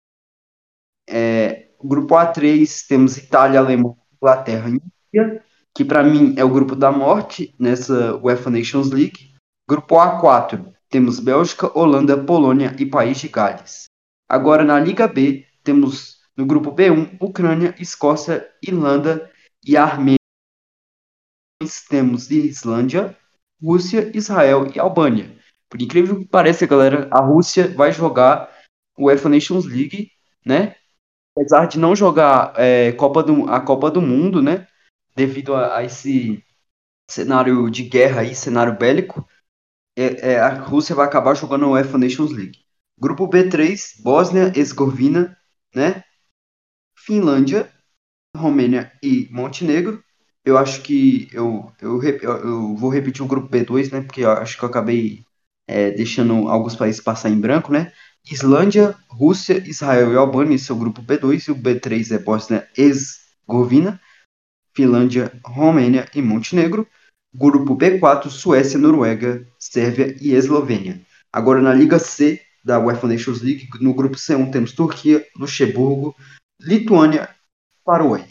O grupo A três temos Itália, Alemanha, Inglaterra e Índia, que para mim é o grupo da morte nessa UEFA Nations League. Grupo A quatro temos Bélgica, Holanda, Polônia e País de Gales. Agora na Liga B temos no grupo B um Ucrânia, Escócia, Irlanda e Armênia. Temos Islândia, Rússia, Israel e Albânia. Por incrível que pareça, galera, a Rússia vai jogar o UEFA Nations League, né? Apesar de não jogar é, Copa do, a Copa do Mundo, né? Devido a, a esse cenário de guerra aí, cenário bélico, é, é, a Rússia vai acabar jogando a UEFA Nations League. Grupo B três, Bósnia, Herzegovina, né? Finlândia, Romênia e Montenegro. Eu acho que eu, eu, rep- eu- eu vou repetir o grupo B dois, né? Porque eu acho que eu acabei é, deixando alguns países passar em branco, né? Islândia, Rússia, Israel e Albânia, esse é o grupo B dois, e o B três é Bósnia e Herzegovina, Finlândia, Romênia e Montenegro. Grupo B quatro, Suécia, Noruega, Sérvia e Eslovênia. Agora na Liga C da UEFA Nations League, no grupo C um temos Turquia, Luxemburgo, Lituânia, Paraguai,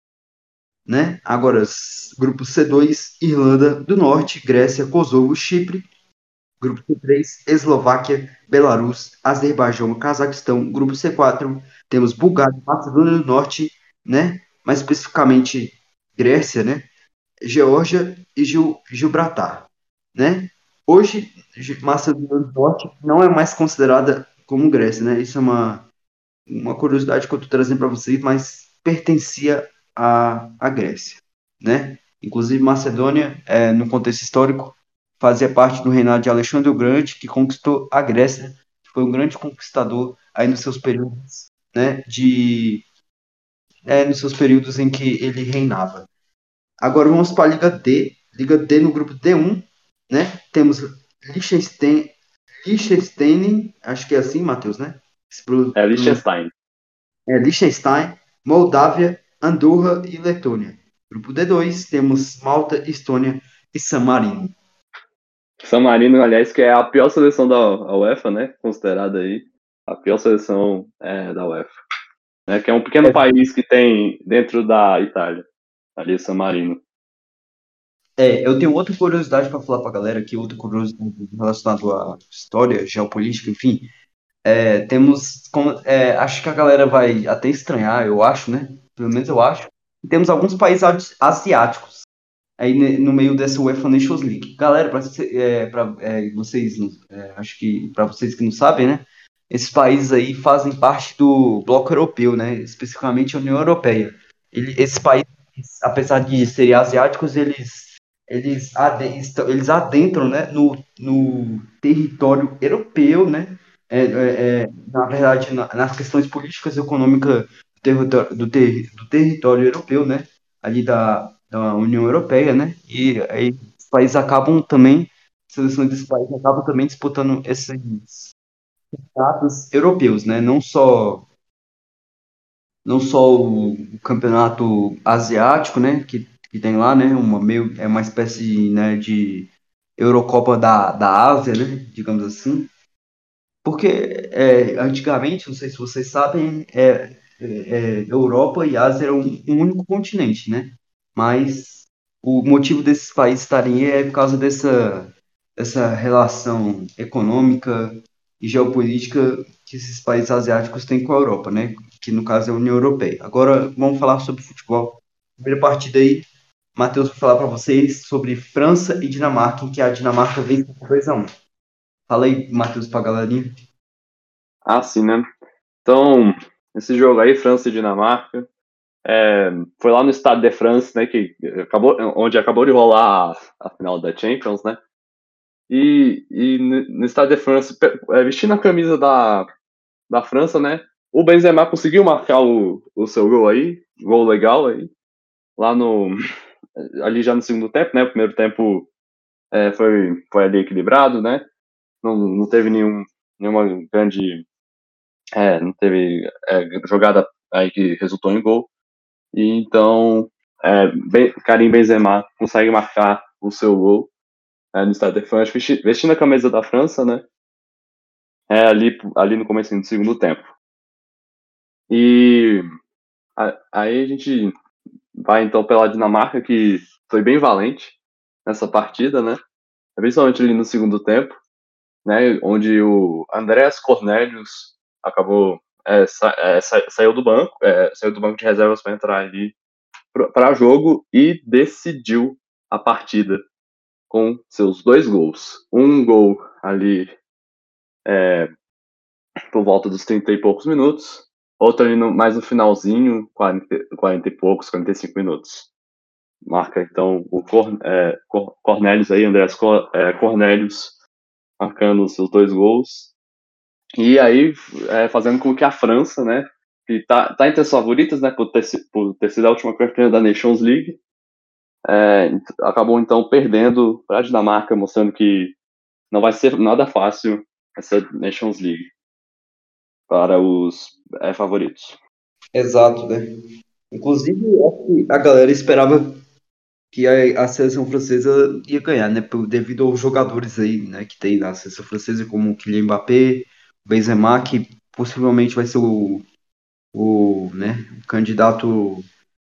né? Agora, s- grupo C dois, Irlanda do Norte, Grécia, Kosovo, Chipre. Grupo C três, Eslováquia, Belarus, Azerbaijão, Cazaquistão. Grupo C quatro, temos Bulgária, Macedônia do Norte, né? Mais especificamente Grécia, né? Geórgia e Gil, Gibraltar, né? Hoje, Gi- Macedônia do Norte não é mais considerada como Grécia, né? Isso é uma, uma curiosidade que eu estou trazendo para vocês, mas pertencia à, à Grécia, né? Inclusive, Macedônia, é, no contexto histórico, fazia parte do reinado de Alexandre o Grande, que conquistou a Grécia, que foi um grande conquistador aí nos seus períodos, né? De, é, nos seus períodos em que ele reinava. Agora vamos para a Liga D. Liga D no grupo D um, né? Temos Liechtenstein, Liechtenstein, acho que é assim, Matheus, né? Se pro- É pronuncia. Liechtenstein. É, Liechtenstein, Moldávia, Andorra e Letônia. Grupo D dois, temos Malta, Estônia e San Marino. San Marino, aliás, que é a pior seleção da UEFA, né? Considerada aí a pior seleção é, da UEFA. Né? Que é um pequeno país que tem dentro da Itália, ali San Marino. É, eu tenho outra curiosidade para falar para a galera aqui, outra curiosidade relacionada à história, geopolítica, enfim. É, temos, como- é, acho que a galera vai até estranhar, eu acho, né? Pelo menos eu acho. Temos alguns países asi- asiáticos aí ne- no meio dessa UEFA Nations League. Galera, para vocês, é, acho que para vocês que não sabem, né? Esses países aí fazem parte do bloco europeu, né? Especificamente a União Europeia. Ele, esses países, apesar de serem asiáticos, eles eles, ade- estão- eles adentram, né, no, no território europeu, né? É, é, é, na verdade, na- nas questões políticas e econômicas do território, do, ter- do território europeu, né? Ali da, da União Europeia, né? E aí os países acabam também, seleções desses países acabam também disputando esses campeonatos europeus, né? Não só não só o, o campeonato asiático, né? Que, que tem lá, né? Uma meio é uma espécie, né, de Eurocopa da, da Ásia, né? Digamos assim. Porque é, antigamente, não sei se vocês sabem, é, é, é, Europa e Ásia eram um, um único continente, né? Mas o motivo desses países estarem aí é por causa dessa, dessa relação econômica e geopolítica que esses países asiáticos têm com a Europa, né? Que no caso é a União Europeia. Agora vamos falar sobre futebol. Primeira partida aí, Matheus vai falar para vocês sobre França e Dinamarca, em que a Dinamarca vence por dois a um. Fala aí, Matheus, pra galerinha. Ah, sim, né? Então, esse jogo aí, França e Dinamarca, é, foi lá no Stade de France, né, que acabou, onde acabou de rolar a, a final da Champions, né? E, e no Stade de France, é, vestindo a camisa da, da França, né? O Benzema conseguiu marcar o, o seu gol aí, gol legal aí, lá no ali já no segundo tempo, né? O primeiro tempo é, foi, foi ali equilibrado, né? Não, não teve nenhum, nenhuma grande, é, não teve é, jogada aí que resultou em gol. E então, é, ben, Karim Benzema consegue marcar o seu gol é, no Stade de France, vestindo a camisa da França, né? É, ali, ali no começo do segundo tempo. E a, aí a gente vai então pela Dinamarca, que foi bem valente nessa partida, né? Principalmente ali no segundo tempo, né? Onde o Andreas Cornelius acabou é, sa, é, sa, saiu do banco, é, saiu do banco de reservas para entrar ali para jogo e decidiu a partida com seus dois gols. Um gol ali é, por volta dos trinta e poucos minutos, outro ali no, mais no finalzinho, quarenta, quarenta e poucos, quarenta e cinco minutos. Marca então o Cor, é, Cor, Cornelius aí, Andrés Cor, é, Cornelius, marcando os seus dois gols. E aí, é, fazendo com que a França, né, que tá, tá entre as favoritas, né, por ter, por ter sido a última campeã da Nations League, é, acabou então perdendo para a Dinamarca, mostrando que não vai ser nada fácil essa Nations League para os é, favoritos. Exato, né? Inclusive, eu acho que a galera esperava que a, a seleção francesa ia ganhar, né? por- Devido aos jogadores aí, né, que tem na seleção francesa, como o Kylian Mbappé, o Benzema, que possivelmente vai ser o, o, né, o candidato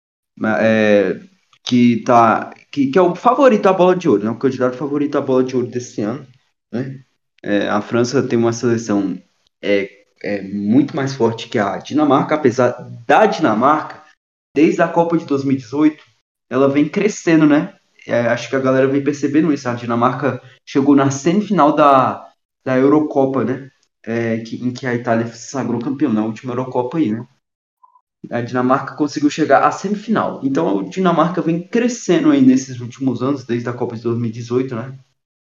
é, que tá que, que é o favorito à bola de ouro, né? O candidato favorito à bola de ouro desse ano, né? É, a França tem uma seleção é, é muito mais forte que a Dinamarca, apesar da Dinamarca, desde a Copa de dois mil e dezoito, ela vem crescendo, né? É, acho que a galera vem percebendo isso. A Dinamarca chegou na semifinal da, da Eurocopa, né? É, que, em que a Itália se sagrou campeão na última Eurocopa aí, né? A Dinamarca conseguiu chegar à semifinal. Então a Dinamarca vem crescendo aí nesses últimos anos, desde a Copa de dois mil e dezoito, né?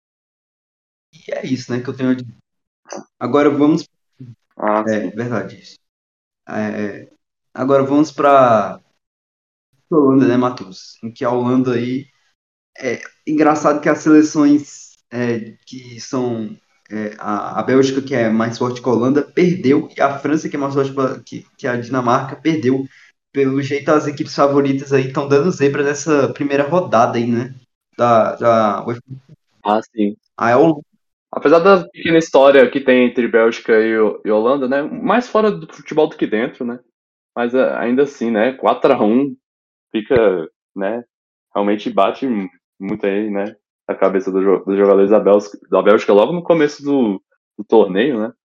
E é isso, né, que eu tenho a dizer. Agora vamos. Ah, É, sim. verdade isso. É, agora vamos para Holanda, né, Matheus? Em que a Holanda aí. É engraçado que as seleções é, que são. É, a, a Bélgica, que é mais forte que a Holanda, perdeu, e a França, que é mais forte que, que a Dinamarca, perdeu. Pelo jeito, as equipes favoritas aí estão dando zebra nessa primeira rodada aí, né? Da, da UEFA. Ah, sim. A Holanda. Apesar da pequena história que tem entre Bélgica e, e Holanda, né? Mais fora do futebol do que dentro, né? Mas é, ainda assim, né? quatro a um fica, né? Realmente bate muito aí, né? A cabeça do jo- dos jogadores da Bélgica, da Bélgica logo no começo do, do torneio, né?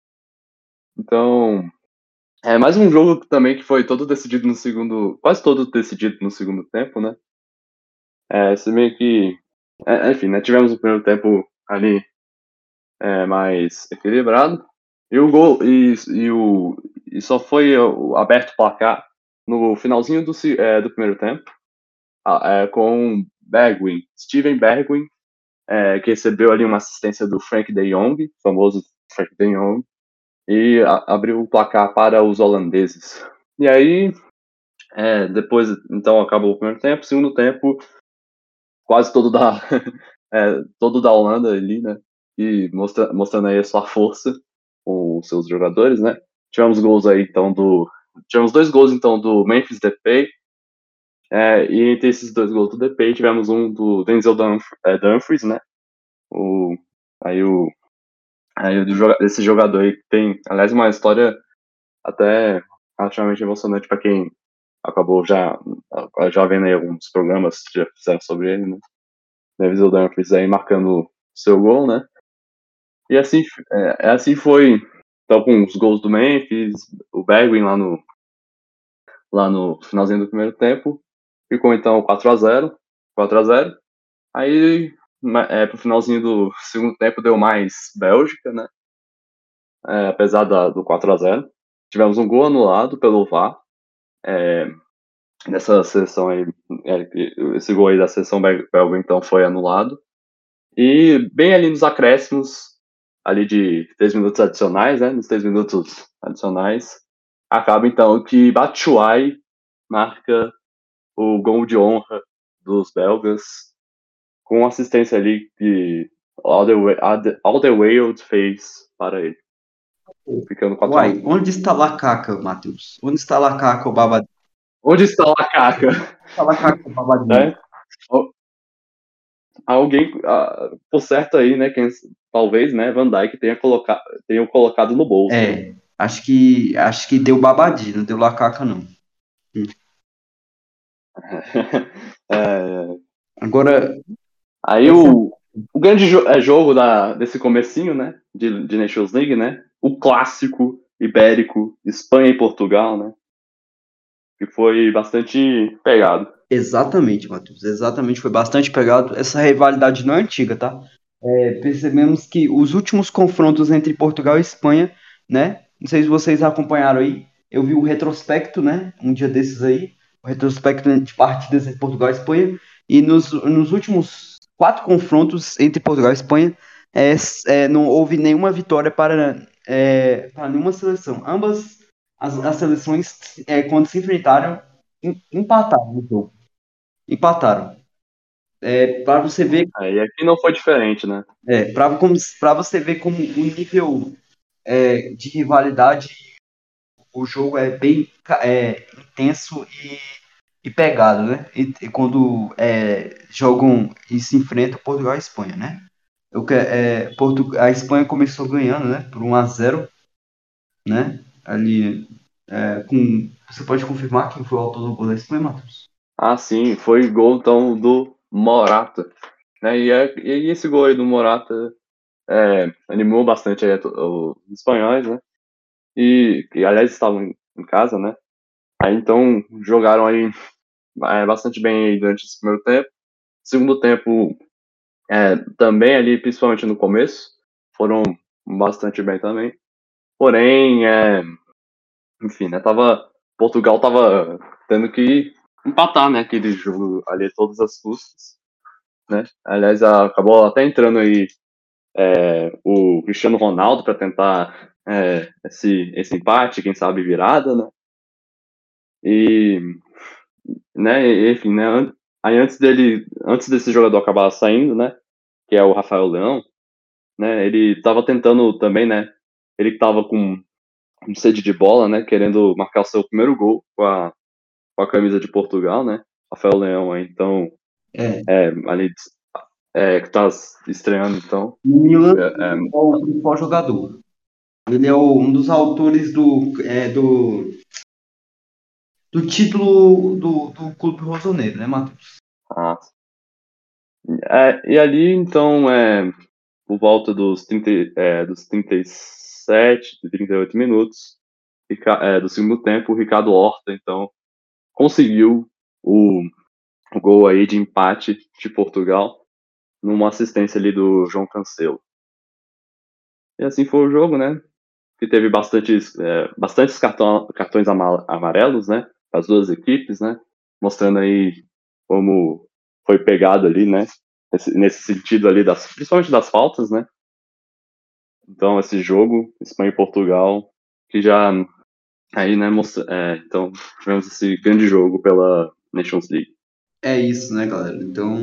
Então, é mais um jogo também que foi todo decidido no segundo, quase todo decidido no segundo tempo, né? É, se meio que, é, enfim, né? Tivemos o primeiro tempo ali é, mais equilibrado. E o gol e, e o e só foi o- aberto o placar no finalzinho do, se- é, do primeiro tempo, ah, é, com Bergwijn, Steven Bergwijn, é, que recebeu ali uma assistência do Frank de Jong, famoso Frank de Jong, e a- abriu o placar para os holandeses. E aí, é, depois, então acabou o primeiro tempo, segundo tempo, quase todo da é, todo da Holanda ali, né? E mostra, mostrando aí a sua força com os seus jogadores, né? Tivemos gols aí então do tivemos dois gols então do Memphis Depay, é, e entre esses dois gols do Depay tivemos um do Denzel Dumf é, Dumfries, né? O aí o aí o do joga- desse jogador aí que tem, aliás, uma história até relativamente emocionante para quem acabou já, já vendo aí alguns programas que já fizeram sobre ele, né? Davis o Dumfries aí marcando seu gol, né? E assim, é, assim foi, então, com os gols do Memphis, o Bergwijn lá no, lá no finalzinho do primeiro tempo, ficou então quatro a zero, quatro a zero. Aí, é, pro finalzinho do segundo tempo, deu mais Bélgica, né? É, apesar da, do quatro a zero. Tivemos um gol anulado pelo V A R. É, nessa seleção aí, é, esse gol aí da seleção belga, então, foi anulado. E bem ali nos acréscimos, ali de três minutos adicionais, né? Nos três minutos adicionais, acaba então que Batshuayi marca o gol de honra dos belgas, com assistência ali que Alderweireld fez para ele, ficando quatro a um. Uai, onde está Lacaca, Matheus? Onde está Lacaca, o babadinho? Onde está o Lacaca? Onde está Lacaca, o babadinho? Né? Alguém, ah, por certo aí, né, quem, talvez, né, Van Dijk tenha, coloca, tenha colocado no bolso. É, acho que, acho que deu babadinho, não deu Lacaca, não. Hum. é, Agora, aí o, o grande jo é, jogo da, desse comecinho, né, de, de Nations League, né, o clássico ibérico, Espanha e Portugal, né, que foi bastante pegado. exatamente, Matheus, exatamente, foi bastante pegado. Essa rivalidade não é antiga, tá? É, percebemos que os últimos confrontos entre Portugal e Espanha, né? Não sei se vocês acompanharam aí, eu vi o retrospecto, né? Um dia desses aí, o retrospecto de partidas entre Portugal e Espanha, e nos, nos últimos quatro confrontos entre Portugal e Espanha, é, é, não houve nenhuma vitória para, é, para nenhuma seleção. Ambas as, as seleções, é, quando se enfrentaram, em- empataram no jogo. Empataram. É, para você ver, Aí aqui não foi diferente, né. é, para você ver como o nível é, de rivalidade, o jogo é bem é, intenso e, e pegado, né? E, e quando é, jogam e se enfrentam Portugal e Espanha, né? Eu, que- é, Portu, a Espanha começou ganhando, né? Por um a zero, né? Ali, é, com, você pode confirmar quem foi o autor do gol da Espanha, Matheus? Ah, sim, foi gol então do Morata, né, e, é, e esse gol aí do Morata é, animou bastante aí os espanhóis, né, e, e aliás estavam em, em casa, né, aí então jogaram aí é, bastante bem aí durante esse primeiro tempo. Segundo tempo, é, também ali, principalmente no começo, foram bastante bem também. Porém, é, enfim, né, tava, Portugal tava tendo que empatar, né, aquele jogo ali a todas as custas, né. Aliás, a- acabou até entrando aí é, o Cristiano Ronaldo para tentar é, esse, esse empate, quem sabe virada, né. E, né, e- enfim, né, an- aí antes dele, antes desse jogador acabar saindo, né, que é o Rafael Leão, né, ele estava tentando também, né, ele que estava com, com sede de bola, né, querendo marcar o seu primeiro gol com a, com a camisa de Portugal, né, Rafael Leão, aí, então, É, é, ali, é, que tá estreando, então, no Milan, é, é, ele é o principal jogador. Ele é o- um dos autores do, é, do, do título do, do Clube Rosoneiro, né, Matheus? ah, é, e ali, então, é, por volta dos, trinta, é, dos trinta e sete, trinta e oito minutos Rica- é, do segundo tempo, o Ricardo Horta, então, conseguiu o, o gol aí de empate de Portugal, numa assistência ali do João Cancelo. E assim foi o jogo, né? Que teve bastantes, é, bastantes cartão, cartões ama- amarelos, né? As duas equipes, né? Mostrando aí como foi pegado ali, né? Nesse, nesse sentido ali, das, principalmente das faltas, né? Então, esse jogo, Espanha e Portugal, que já aí, né, mostra, é, então, tivemos esse grande jogo pela Nations League. É isso, né, galera? Então,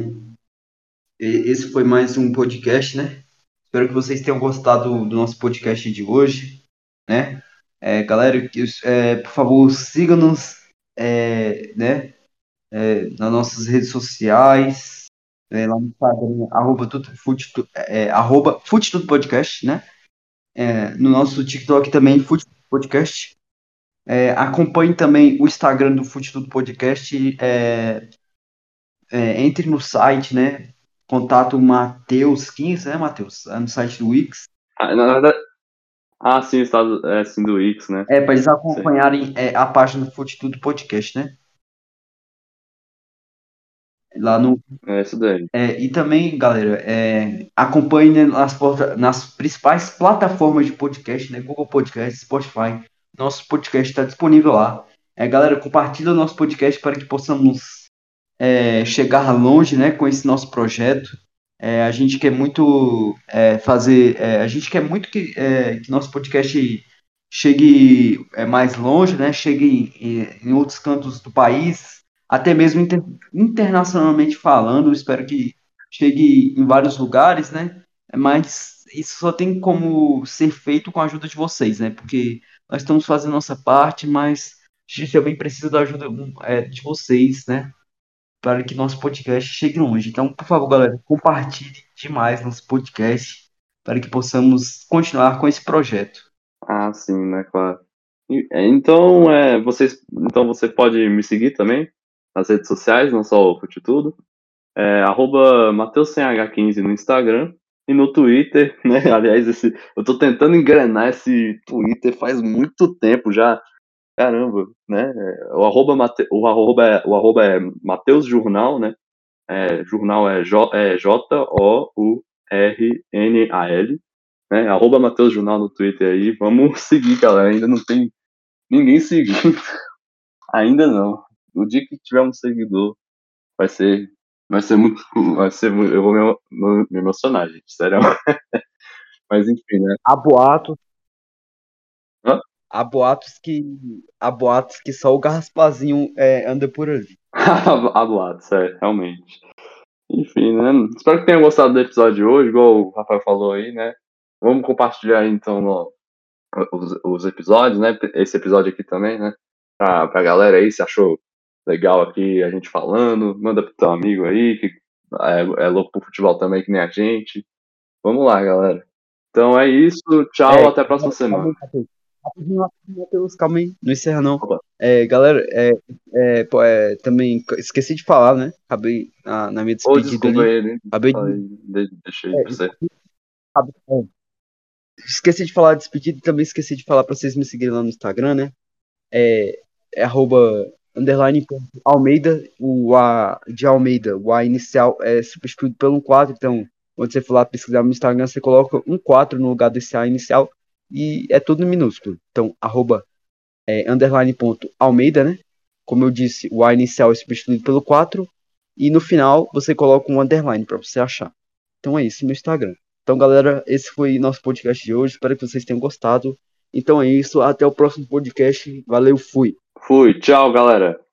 e- esse foi mais um podcast, né? Espero que vocês tenham gostado do nosso podcast de hoje, né? É, galera, que os- é, por favor, siga-nos, é, né, é, nas nossas redes sociais, é, lá no Instagram, arroba, tudo, fute, tu- é, arroba Fute Tudo Podcast, né? É, no nosso TikTok também, Fute Tudo Podcast. É, acompanhe também o Instagram do Fute Tudo Podcast. É, é, entre no site, né? Contato Matheus quinze, né, Matheus? É no site do Wix. Ah, na verdade. Ah, sim, o estado é, sim, do X, né? É, para eles Sim. acompanharem é, a página do Fute Tudo Podcast, né? Lá no, É isso daí. é, e também, galera, é, acompanhe, né, nas, porta- nas principais plataformas de podcast, né? Google Podcast, Spotify. Nosso podcast está disponível lá. É, galera, compartilha o nosso podcast para que possamos é, chegar longe, né, com esse nosso projeto. É, a gente quer muito é, fazer, é, a gente quer muito que, é, que nosso podcast chegue é, mais longe, né, chegue em, em outros cantos do país, até mesmo inter- internacionalmente falando. Eu espero que chegue em vários lugares, né? Mas isso só tem como ser feito com a ajuda de vocês, né? Porque nós estamos fazendo nossa parte, mas a gente também precisa da ajuda é, de vocês, né? Para que nosso podcast chegue longe. Então, por favor, galera, compartilhe demais nosso podcast para que possamos continuar com esse projeto. Ah, sim, né, claro. E- é, Então, é, vocês, então você pode me seguir também nas redes sociais, não só o Fute Tudo. É, arroba Mateus C H quinze no Instagram e no Twitter, né? Aliás, esse, eu tô tentando engrenar esse Twitter faz muito tempo já. Caramba, né? É, O arroba, Mate, o arroba, é, o arroba é Mateus Jornal, né? É, jornal é, J, é J O U R N A L, né? Arroba Mateus Jornal no Twitter aí. Vamos seguir, galera. Ainda não tem ninguém seguindo. Ainda não. O dia que tiver um seguidor, vai ser, vai ser muito, vai ser, mu- eu vou me, emo- me emocionar, gente, sério. Mas enfim, né? Há boatos, Hã? há boatos que, há boatos que só o Gaspazinho é, anda por ali. Há boatos, é, realmente. Enfim, né? Espero que tenham gostado do episódio de hoje, igual o Rafael falou aí, né? Vamos compartilhar aí, então no- os, os episódios, né? Esse episódio aqui também, né? Pra, pra galera aí, se achou legal aqui a gente falando, manda pro teu amigo aí, que é, é louco pro futebol também, que nem a gente. Vamos lá, galera. Então é isso, tchau, É, até a próxima semana. calma aí, Matheus. Rapidinho, rapidinho, Matheus, calma aí. Não encerra, não. Opa. É, galera, é, é, pô, é, também esqueci de falar, né? Acabei na, na minha Ô, despedida desculpa ali. aí, né? Acabei de. Falei, de- deixei É, pra você. é, esqueci de falar de despedida e também esqueci de falar para vocês me seguirem lá no Instagram, né? É, é arroba underline ponto Almeida, o A de Almeida, o A inicial é substituído pelo um quatro, então quando você for lá pesquisar no Instagram, você coloca um quatro no lugar desse A inicial e é tudo em minúsculo. Então, arroba é, underline ponto Almeida, né? Como eu disse, o A inicial é substituído pelo quatro e no final você coloca um underline para você achar. Então é isso no Instagram. Então, galera, esse foi nosso podcast de hoje. Espero que vocês tenham gostado. Então é isso. Até o próximo podcast. Valeu, fui. Fui, tchau, galera.